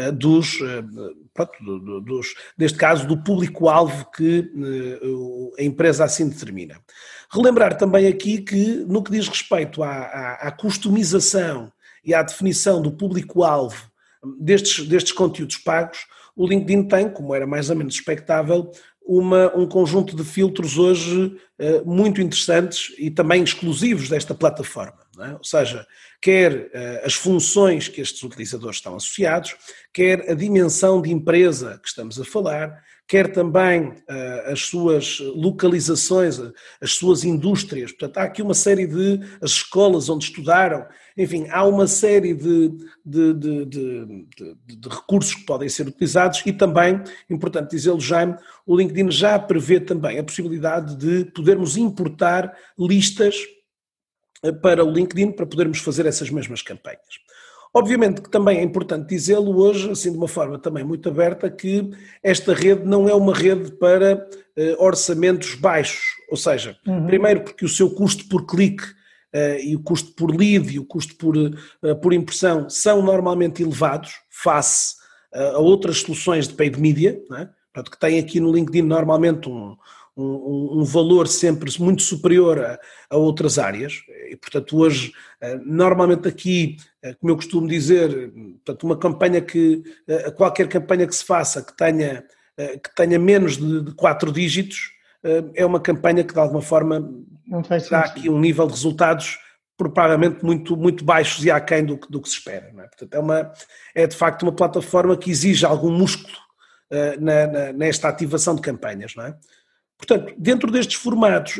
neste caso, do público-alvo que a empresa assim determina. Relembrar também aqui que, no que diz respeito à customização e à definição do público-alvo destes conteúdos pagos, o LinkedIn tem, como era mais ou menos expectável, um conjunto de filtros hoje muito interessantes e também exclusivos desta plataforma. não é? Ou seja, quer as funções que estes utilizadores estão associados, quer a dimensão de empresa que estamos a falar, quer também as suas localizações, as suas indústrias. Portanto, há aqui uma série de as escolas onde estudaram, enfim, há uma série de recursos que podem ser utilizados e também, importante dizê-lo, Jaime, o LinkedIn já prevê também a possibilidade de podermos importar listas para o LinkedIn para podermos fazer essas mesmas campanhas. Obviamente que também é importante dizê-lo hoje, assim de uma forma também muito aberta, que esta rede não é uma rede para orçamentos baixos, ou seja, primeiro porque o seu custo por clique e o custo por lead e o custo por impressão são normalmente elevados face a outras soluções de paid media, não é? Portanto, que têm aqui no LinkedIn normalmente um valor sempre muito superior a outras áreas e, portanto, hoje, normalmente aqui, como eu costumo dizer, portanto, uma campanha qualquer campanha que se faça que tenha menos de 4 dígitos, é uma campanha que de alguma forma dá aqui um nível de resultados provavelmente muito, muito baixos e aquém do que se espera, não é? Portanto, é de facto uma plataforma que exige algum músculo nesta ativação de campanhas, não é? Portanto, dentro destes formatos,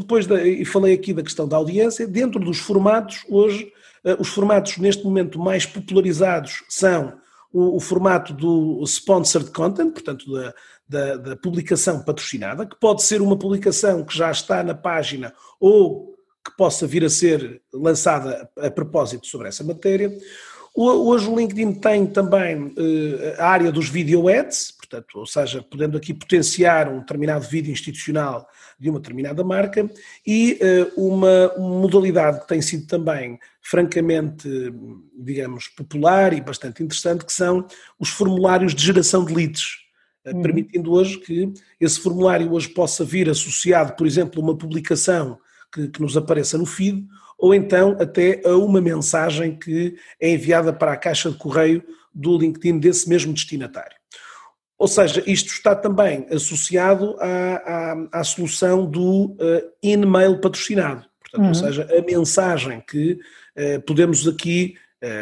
e falei aqui da questão da audiência, dentro dos formatos, hoje, os formatos neste momento mais popularizados são o formato do sponsored content, portanto da publicação patrocinada, que pode ser uma publicação que já está na página ou que possa vir a ser lançada a propósito sobre essa matéria. Hoje o LinkedIn tem também a área dos video ads, portanto, ou seja, podendo aqui potenciar um determinado vídeo institucional de uma determinada marca e uma modalidade que tem sido também francamente, digamos, popular e bastante interessante, que são os formulários de geração de leads, permitindo hoje que esse formulário hoje possa vir associado, por exemplo, a uma publicação que nos apareça no feed, ou então até a uma mensagem que é enviada para a caixa de correio do LinkedIn desse mesmo destinatário. Ou seja, isto está também associado à solução do in-mail patrocinado. Portanto, ou seja, a mensagem que podemos aqui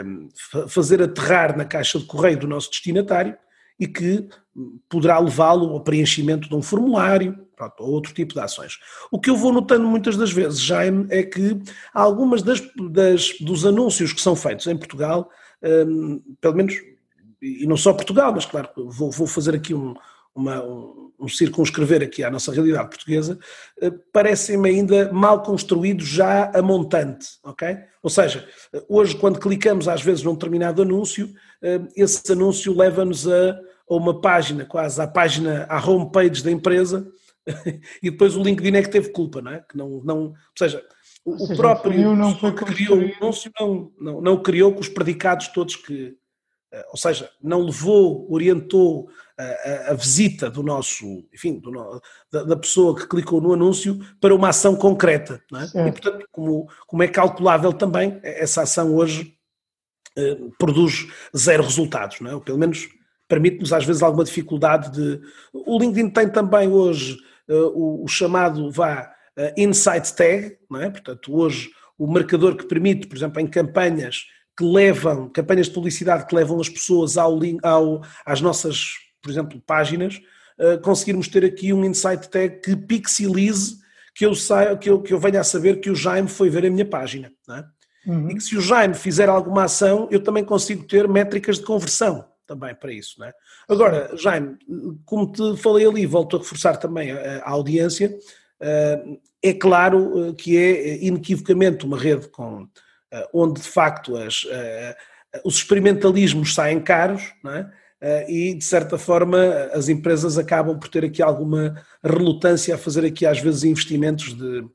fazer aterrar na caixa de correio do nosso destinatário e que poderá levá-lo ao preenchimento de um formulário, pronto, ou outro tipo de ações. O que eu vou notando muitas das vezes, Jaime, é que algumas dos anúncios que são feitos em Portugal, pelo menos, e não só Portugal, mas claro, vou fazer aqui um circunscrever aqui à nossa realidade portuguesa, parecem-me ainda mal construídos já a montante, ok? Ou seja, hoje quando clicamos às vezes num determinado anúncio, esse anúncio leva-nos a uma página, quase à homepage da empresa, e depois o LinkedIn é que teve culpa, não é? Ou seja, o próprio pessoa que criou o anúncio não o criou com os predicados todos que, ou seja, não orientou a visita do nosso, enfim, da pessoa que clicou no anúncio para uma ação concreta, não é? Certo. E portanto, como é calculável também, essa ação hoje produz 0 resultados, não é? Ou pelo menos permite-nos às vezes alguma dificuldade O LinkedIn tem também hoje o chamado Insight Tag, não é? Portanto, hoje o marcador que permite, por exemplo, em campanhas de publicidade que levam as pessoas às nossas, por exemplo, páginas, conseguirmos ter aqui um Insight Tag que pixelize, que eu venha a saber que o Jaime foi ver a minha página, não é? E que se o Jaime fizer alguma ação, eu também consigo ter métricas de conversão também para isso, não é? Agora, Jaime, como te falei ali, volto a reforçar também a audiência, é claro que é inequivocamente uma rede onde de facto os experimentalismos saem caros, não é? E de certa forma as empresas acabam por ter aqui alguma relutância a fazer aqui às vezes investimentos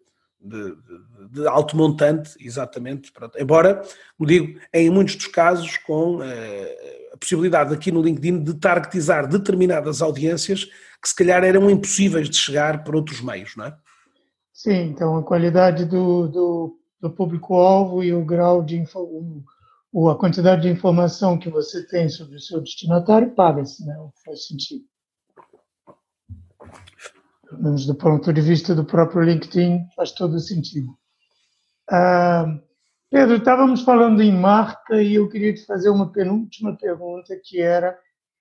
de alto montante, exatamente, pronto. Embora, como digo, em muitos dos casos com a possibilidade aqui no LinkedIn de targetizar determinadas audiências que se calhar eram impossíveis de chegar por outros meios, não é? Sim, então a qualidade do público-alvo e o grau a quantidade de informação que você tem sobre o seu destinatário paga-se, né? Faz sentido. Pelo menos do ponto de vista do próprio LinkedIn, faz todo sentido. Pedro, estávamos falando em marca e eu queria te fazer uma penúltima pergunta, que era,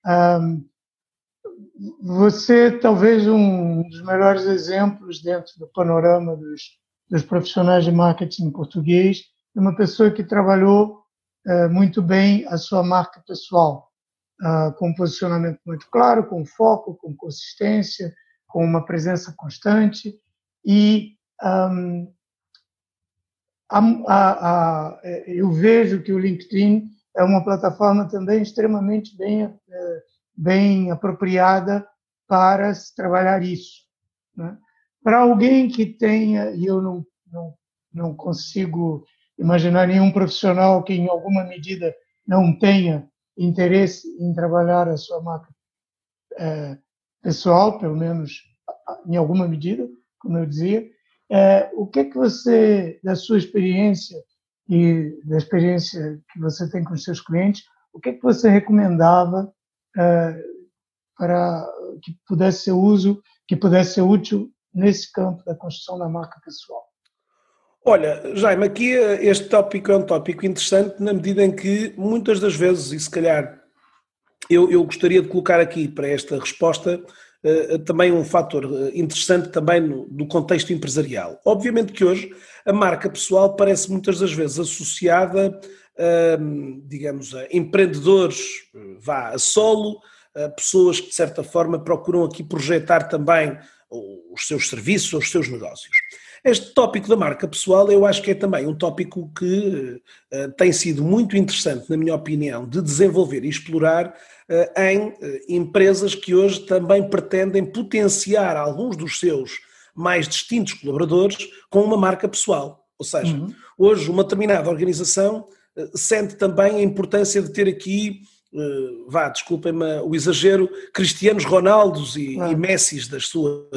você talvez um dos melhores exemplos dentro do panorama dos profissionais de marketing português, de uma pessoa que trabalhou muito bem a sua marca pessoal, com um posicionamento muito claro, com foco, com consistência, com uma presença constante e eu vejo que o LinkedIn é uma plataforma também extremamente bem apropriada para se trabalhar isso, né? Para alguém que tenha, e eu não consigo imaginar nenhum profissional que em alguma medida não tenha interesse em trabalhar a sua marca pessoal, pelo menos em alguma medida, como eu dizia, o que é que você, da sua experiência e da experiência que você tem com os seus clientes, o que é que você recomendava para que pudesse ser útil nesse campo da construção da marca pessoal? Olha, Jaime, aqui este tópico é um tópico interessante na medida em que muitas das vezes, e se calhar eu gostaria de colocar aqui para esta resposta também um fator interessante também do contexto empresarial. Obviamente que hoje a marca pessoal parece muitas das vezes associada digamos, a empreendedores, a solo, a pessoas que de certa forma procuram aqui projetar também os seus serviços ou os seus negócios. Este tópico da marca pessoal eu acho que é também um tópico que tem sido muito interessante, na minha opinião, de desenvolver e explorar em empresas que hoje também pretendem potenciar alguns dos seus mais distintos colaboradores com uma marca pessoal. Ou seja, hoje uma determinada organização sente também a importância de ter aqui, desculpem-me o exagero, Cristianos Ronaldos e Messis das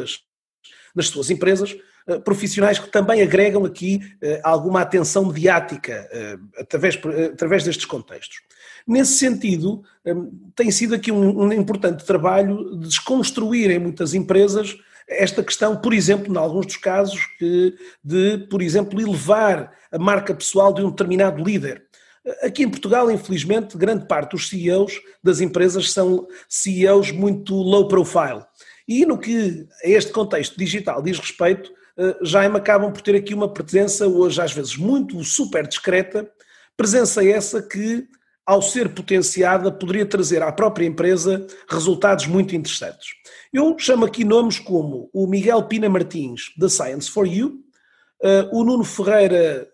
suas empresas, profissionais que também agregam aqui alguma atenção mediática através destes contextos. Nesse sentido, tem sido aqui um importante trabalho de desconstruir em muitas empresas esta questão, por exemplo, em alguns dos casos, de, por exemplo, elevar a marca pessoal de um determinado líder. Aqui em Portugal, infelizmente, grande parte dos CEOs das empresas são CEOs muito low profile. E no que a este contexto digital diz respeito, já acabam por ter aqui uma presença hoje às vezes muito super discreta, presença essa que, ao ser potenciada, poderia trazer à própria empresa resultados muito interessantes. Eu chamo aqui nomes como o Miguel Pina Martins, da Science for You, o Nuno Ferreira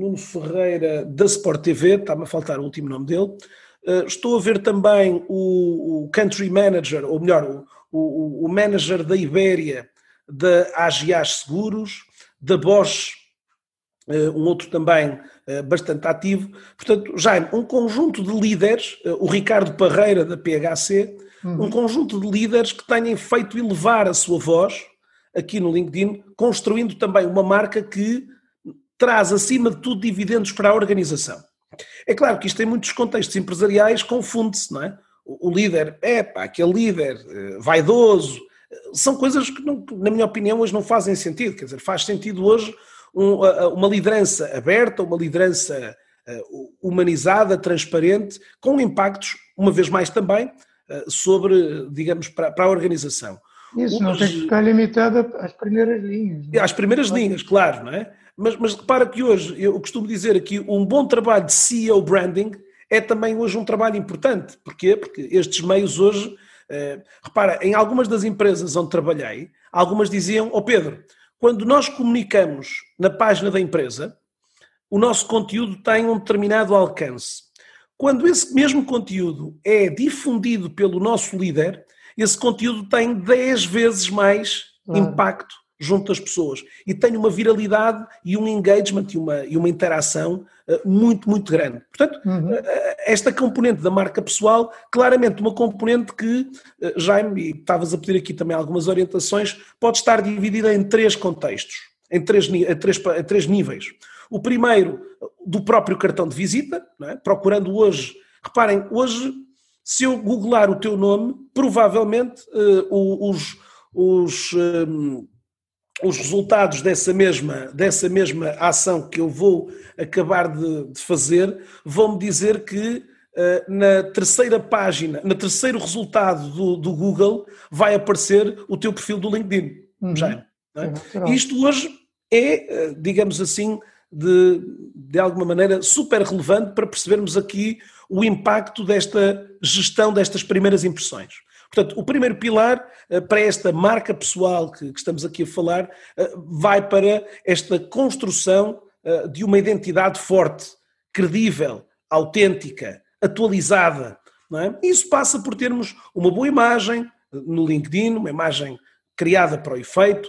da Sport TV, está-me a faltar o último nome dele, estou a ver também o Country Manager, ou melhor, o Manager da Ibéria, da AGAs Seguros, da Bosch, um outro também bastante ativo. Portanto, Jaime, um conjunto de líderes, o Ricardo Parreira da PHC, um conjunto de líderes que tenham feito elevar a sua voz aqui no LinkedIn, construindo também uma marca que traz acima de tudo dividendos para a organização. É claro que isto em muitos contextos empresariais confunde-se, não é? O líder, aquele líder vaidoso, são coisas que, na minha opinião, hoje não fazem sentido. Quer dizer, faz sentido hoje uma liderança aberta, uma liderança humanizada, transparente, com impactos, uma vez mais também, sobre, digamos, para a organização. Isso não tem que ficar limitado às primeiras linhas. Não é? Às primeiras linhas, claro, não é? Mas repara que hoje, eu costumo dizer aqui, um bom trabalho de CEO branding é também hoje um trabalho importante. Porquê? Porque estes meios hoje, repara, em algumas das empresas onde trabalhei, algumas diziam, Pedro, quando nós comunicamos na página da empresa, o nosso conteúdo tem um determinado alcance. Quando esse mesmo conteúdo é difundido pelo nosso líder, esse conteúdo tem 10 vezes mais impacto junto das pessoas e tem uma viralidade e um engagement e uma interação muito, muito grande. Portanto, esta componente da marca pessoal, claramente uma componente que, Jaime, e estavas a pedir aqui também algumas orientações, pode estar dividida em 3 contextos, em três níveis. O primeiro, do próprio cartão de visita, não é? Procurando hoje, reparem, hoje, se eu googlar o teu nome, provavelmente os resultados dessa mesma ação que eu vou acabar de fazer vão-me dizer que na terceira página, no terceiro resultado do Google vai aparecer o teu perfil do LinkedIn, Jaime. Não é? Isto hoje é, digamos assim, de alguma maneira super relevante para percebermos aqui o impacto desta gestão destas primeiras impressões. Portanto, o primeiro pilar para esta marca pessoal que estamos aqui a falar vai para esta construção de uma identidade forte, credível, autêntica, atualizada. Não é? Isso passa por termos uma boa imagem no LinkedIn, uma imagem criada para o efeito,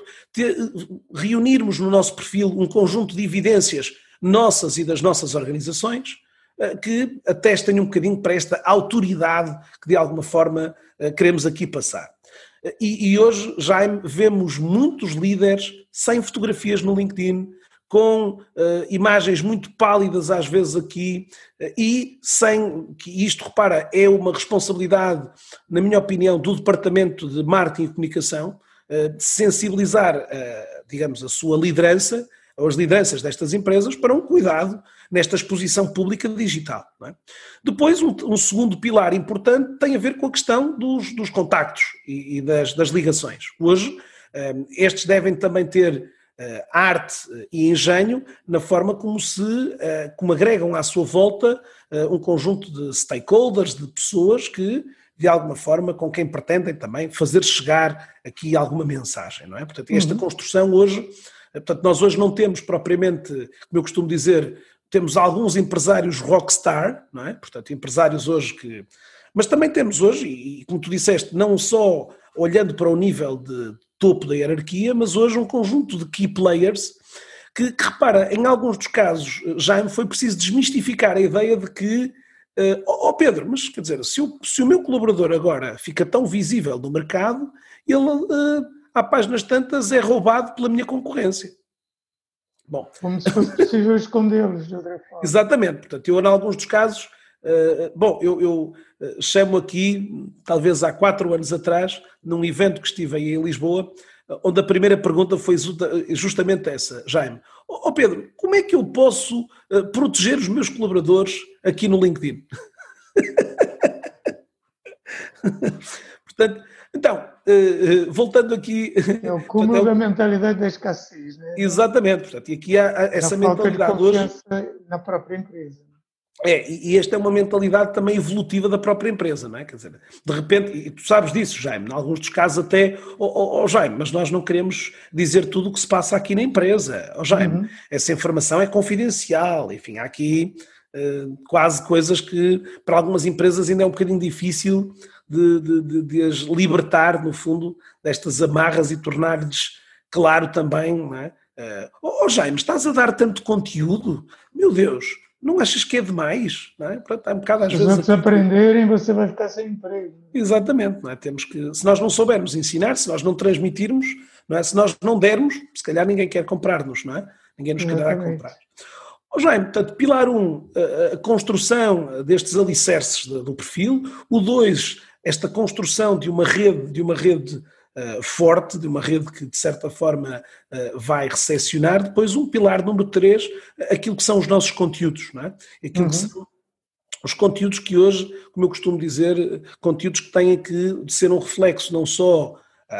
reunirmos no nosso perfil um conjunto de evidências nossas e das nossas organizações que atestem um bocadinho para esta autoridade que de alguma forma queremos aqui passar. E hoje, Jaime, vemos muitos líderes sem fotografias no LinkedIn, com imagens muito pálidas às vezes aqui, e sem que isto, repara, é uma responsabilidade, na minha opinião, do Departamento de Marketing e Comunicação, de sensibilizar, digamos, a sua liderança, ou as lideranças destas empresas, para um cuidado nesta exposição pública digital. Não é? Depois, um segundo pilar importante tem a ver com a questão dos contactos e das ligações. Hoje, estes devem também ter arte e engenho na forma como agregam à sua volta um conjunto de stakeholders, de pessoas que, de alguma forma, com quem pretendem também fazer chegar aqui alguma mensagem, não é? Portanto, esta construção hoje, portanto, nós hoje não temos propriamente, como eu costumo dizer, temos alguns empresários rockstar, não é? Portanto, empresários hoje que... Mas também temos hoje, e como tu disseste, não só olhando para o nível de topo da hierarquia, mas hoje um conjunto de key players que repara, em alguns dos casos, já foi preciso desmistificar a ideia de que Pedro, mas quer dizer, se o meu colaborador agora fica tão visível no mercado, ele, há páginas tantas, é roubado pela minha concorrência. Bom, como se fosse possível escondê-los de outra forma. Exatamente, portanto, eu em alguns dos casos, eu chamo aqui, talvez há 4 anos atrás, num evento que estive aí em Lisboa, onde a primeira pergunta foi justamente essa, Jaime. Pedro, como é que eu posso proteger os meus colaboradores aqui no LinkedIn? Portanto, então, voltando aqui... É o cúmulo da mentalidade da escassez, não é? Exatamente, portanto, e aqui há essa mentalidade hoje... na própria empresa. E esta é uma mentalidade também evolutiva da própria empresa, não é? Quer dizer, de repente, e tu sabes disso, Jaime, em alguns dos casos até, Jaime, mas nós não queremos dizer tudo o que se passa aqui na empresa, Jaime, essa informação é confidencial, enfim, há aqui quase coisas que para algumas empresas ainda é um bocadinho difícil de as libertar, no fundo, destas amarras e tornar-lhes claro também, não é? Jaime, estás a dar tanto conteúdo? Meu Deus! Não achas que é demais? Não é? Portanto, há um bocado às vezes... Se os outros aprenderem, você vai ficar sem emprego. Exatamente. Não é? Temos que, se nós não soubermos ensinar, se nós não transmitirmos, não é? Se nós não dermos, se calhar ninguém quer comprar-nos, não é? Ninguém nos quererá comprar. Jaime, portanto, pilar 1, a construção destes alicerces do perfil. O 2, esta construção de uma rede forte, de uma rede que de certa forma vai recepcionar. Depois um pilar número 3, aquilo que são os nossos conteúdos, não é? Aquilo que são os conteúdos que hoje, como eu costumo dizer, conteúdos que têm que ser um reflexo não só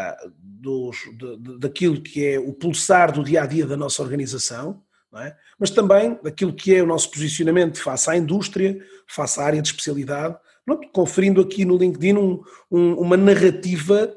daquilo que é o pulsar do dia-a-dia da nossa organização, não é? Mas também daquilo que é o nosso posicionamento face à indústria, face à área de especialidade, pronto, conferindo aqui no LinkedIn uma narrativa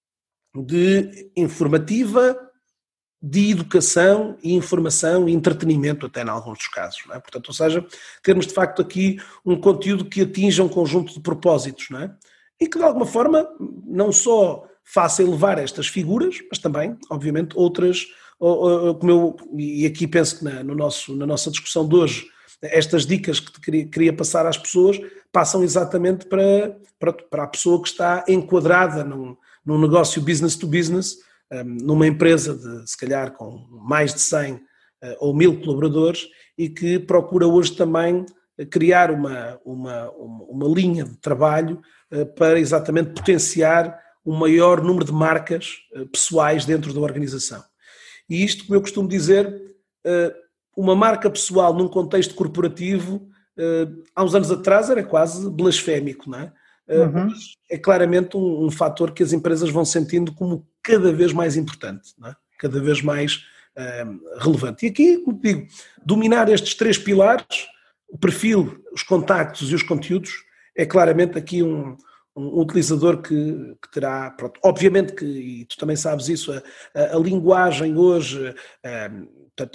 informativa, de educação e informação e entretenimento até em alguns dos casos, não é? Portanto, ou seja, temos de facto aqui um conteúdo que atinja um conjunto de propósitos, não é? E que de alguma forma não só faça elevar estas figuras, mas também, obviamente, outras, e aqui penso que na nossa discussão de hoje, estas dicas que queria passar às pessoas passam exatamente para a pessoa que está enquadrada num negócio business to business, numa empresa de, se calhar, com mais de 100 ou 1000 colaboradores e que procura hoje também criar uma linha de trabalho para exatamente potenciar um maior número de marcas pessoais dentro da organização. E isto, como eu costumo dizer, uma marca pessoal num contexto corporativo, há uns anos atrás era quase blasfémico, não é? Mas é claramente um fator que as empresas vão sentindo como cada vez mais importante, não é? Cada vez mais relevante. E aqui, como digo, dominar estes 3 pilares, o perfil, os contactos e os conteúdos, é claramente aqui um utilizador que terá, pronto, obviamente que, e tu também sabes isso, a linguagem hoje, portanto,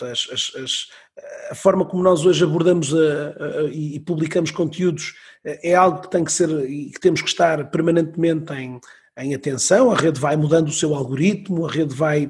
a forma como nós hoje abordamos e publicamos conteúdos é algo que tem que ser e que temos que estar permanentemente em atenção. A rede vai mudando o seu algoritmo, a rede vai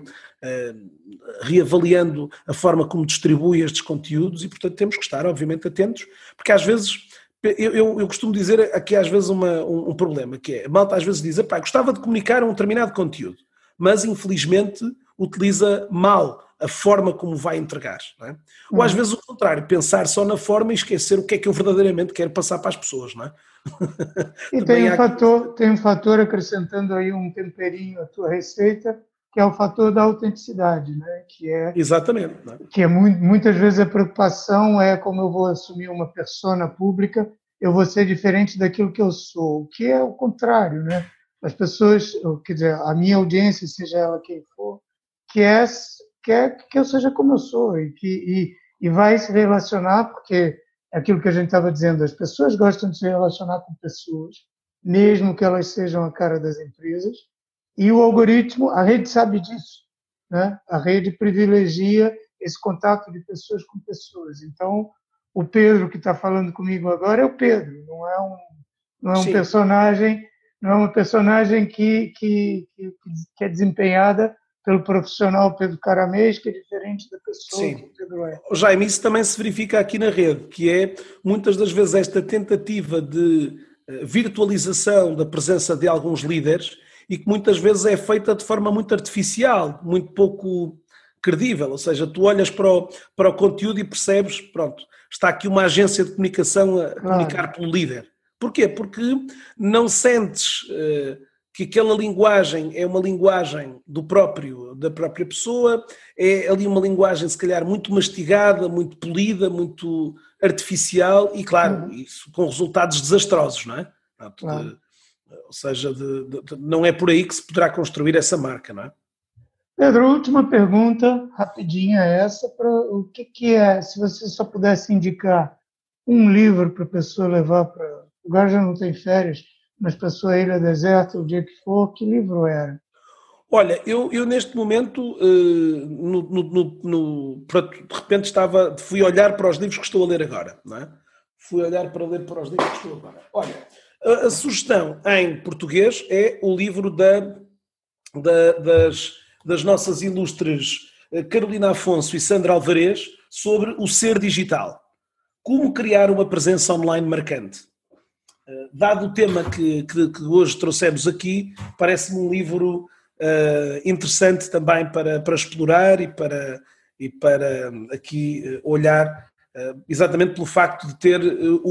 reavaliando a forma como distribui estes conteúdos e, portanto, temos que estar, obviamente, atentos, porque às vezes... Eu costumo dizer aqui às vezes um problema, que é, a malta às vezes diz, gostava de comunicar um determinado conteúdo, mas infelizmente utiliza mal a forma como vai entregar. Não é? Ou às vezes o contrário, pensar só na forma e esquecer o que é que eu verdadeiramente quero passar para as pessoas. Não é? E tem um fator acrescentando aí um temperinho à tua receita, que é o fator da autenticidade, né? Exatamente. Não é? Que é muitas vezes a preocupação é como eu vou assumir uma persona pública, eu vou ser diferente daquilo que eu sou, o que é o contrário, né? As pessoas, quer dizer, a minha audiência, seja ela quem for, quer que eu seja como eu sou e vai se relacionar, porque é aquilo que a gente estava dizendo, as pessoas gostam de se relacionar com pessoas, mesmo que elas sejam a cara das empresas, e o algoritmo, a rede sabe disso, né? A rede privilegia esse contato de pessoas com pessoas. Então, o Pedro que está falando comigo agora é o Pedro, não é um personagem, não é uma personagem que é desempenhada pelo profissional Pedro Caramês, que é diferente da pessoa que o Pedro é. Jaime, isso também se verifica aqui na rede, que é muitas das vezes esta tentativa de virtualização da presença de alguns líderes e que muitas vezes é feita de forma muito artificial, muito pouco credível, ou seja, tu olhas para o conteúdo e percebes, pronto, está aqui uma agência de comunicação a comunicar pelo líder. Porquê? Porque não sentes que aquela linguagem é uma linguagem da própria pessoa, é ali uma linguagem se calhar muito mastigada, muito polida, muito artificial e claro, isso com resultados desastrosos, não é? Ou seja, não é por aí que se poderá construir essa marca, não é? Pedro, última pergunta, rapidinha essa, para o que é, se você só pudesse indicar um livro para a pessoa levar para... Agora já não tem férias, mas para a sua ilha deserta, o dia que for, que livro era? Olha, eu neste momento, de repente fui olhar para os livros que estou a ler agora, não é? Fui olhar para ler para os livros que estou agora. Olha, a sugestão em português é o livro das nossas ilustres Carolina Afonso e Sandra Alvarez sobre o ser digital. Como criar uma presença online marcante. Dado o tema que hoje trouxemos aqui, parece-me um livro interessante também para explorar e para aqui olhar, exatamente pelo facto de ter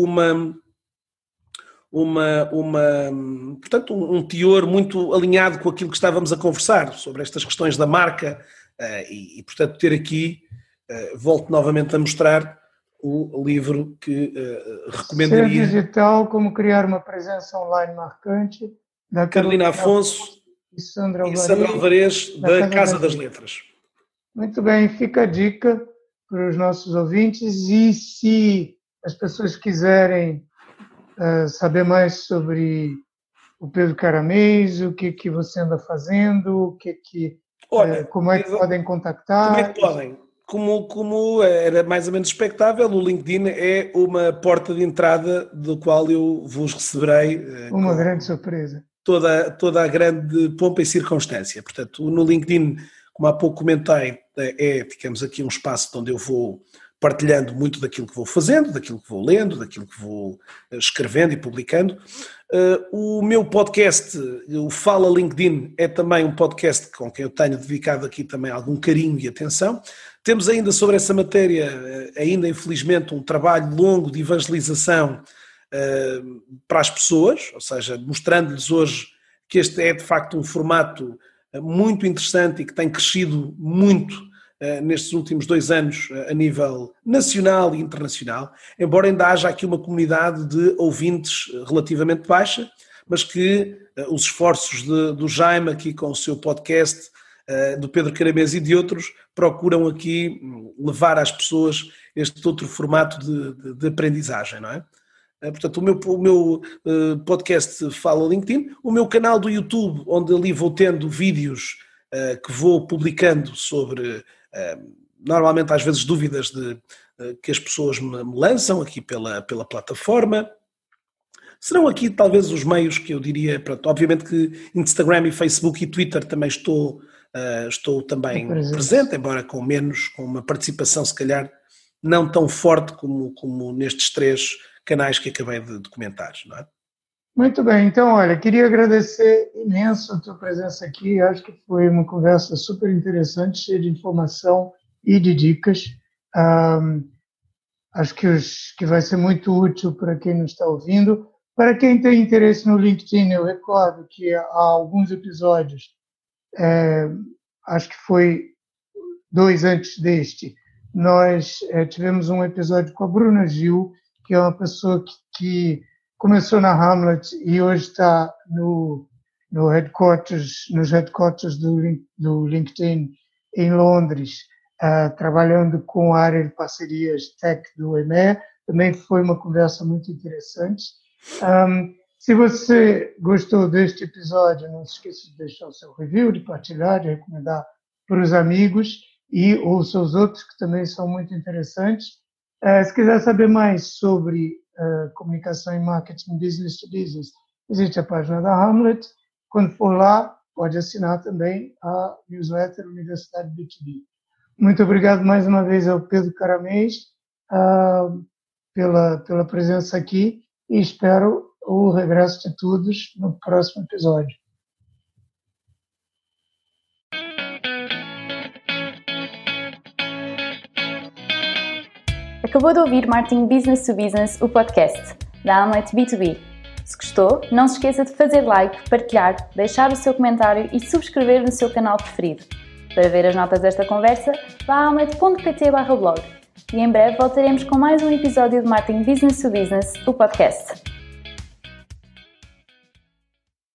portanto, um teor muito alinhado com aquilo que estávamos a conversar sobre estas questões da marca e portanto, ter aqui, volto novamente a mostrar o livro que recomendaria. Ser digital, como criar uma presença online marcante, da Carolina Afonso e Sandra Alvarez, da Casa das Letras. Muito bem, fica a dica para os nossos ouvintes e se as pessoas quiserem saber mais sobre o Pedro Caramês, o que você anda fazendo, como é que podem contactar? Como é que podem? Como era mais ou menos expectável, o LinkedIn é uma porta de entrada do qual eu vos receberei. Uma grande surpresa. Toda a grande pompa e circunstância. Portanto, no LinkedIn, como há pouco comentei, digamos aqui um espaço onde eu vou partilhando muito daquilo que vou fazendo, daquilo que vou lendo, daquilo que vou escrevendo e publicando. O meu podcast, o Fala LinkedIn, é também um podcast com quem eu tenho dedicado aqui também algum carinho e atenção. Temos ainda sobre essa matéria, ainda infelizmente, um trabalho longo de evangelização para as pessoas, ou seja, mostrando-lhes hoje que este é de facto um formato muito interessante e que tem crescido muito nestes últimos 2 anos a nível nacional e internacional, embora ainda haja aqui uma comunidade de ouvintes relativamente baixa, mas que os esforços do Jaime aqui com o seu podcast, do Pedro Caramês e de outros, procuram aqui levar às pessoas este outro formato de aprendizagem, não é? Portanto, o meu podcast Fala LinkedIn, o meu canal do YouTube, onde ali vou tendo vídeos que vou publicando sobre, normalmente às vezes dúvidas que as pessoas me lançam aqui pela plataforma. Serão aqui talvez os meios que eu diria, pronto, obviamente que Instagram e Facebook e Twitter também estou também presente, embora com uma participação se calhar não tão forte como nestes 3 canais que acabei de comentar, não é? Muito bem, então olha, queria agradecer imenso a tua presença aqui, acho que foi uma conversa super interessante, cheia de informação e de dicas. Acho que vai ser muito útil para quem nos está ouvindo. Para quem tem interesse no LinkedIn, eu recordo que há alguns episódios, acho que foi 2 antes deste, nós tivemos um episódio com a Bruna Gil, que é uma pessoa que começou na Hamlet e hoje está nos headquarters do LinkedIn em Londres, trabalhando com a área de parcerias tech do EMEA. Também foi uma conversa muito interessante. Se você gostou deste episódio, não se esqueça de deixar o seu review, de partilhar, de recomendar para os amigos e ouça os outros que também são muito interessantes. Se quiser saber mais sobre comunicação e marketing business to business, existe a página da Hamlet. Quando for lá, pode assinar também a newsletter Universidade B2B. Muito obrigado mais uma vez ao Pedro Caramês pela presença aqui e espero o regresso de todos no próximo episódio. Acabou de ouvir Marketing Business to Business, o podcast da Hamlet B2B. Se gostou, não se esqueça de fazer like, partilhar, deixar o seu comentário e subscrever no seu canal preferido. Para ver as notas desta conversa, vá a hamlet.pt/blog. E em breve voltaremos com mais um episódio de Marketing Business to Business, o podcast.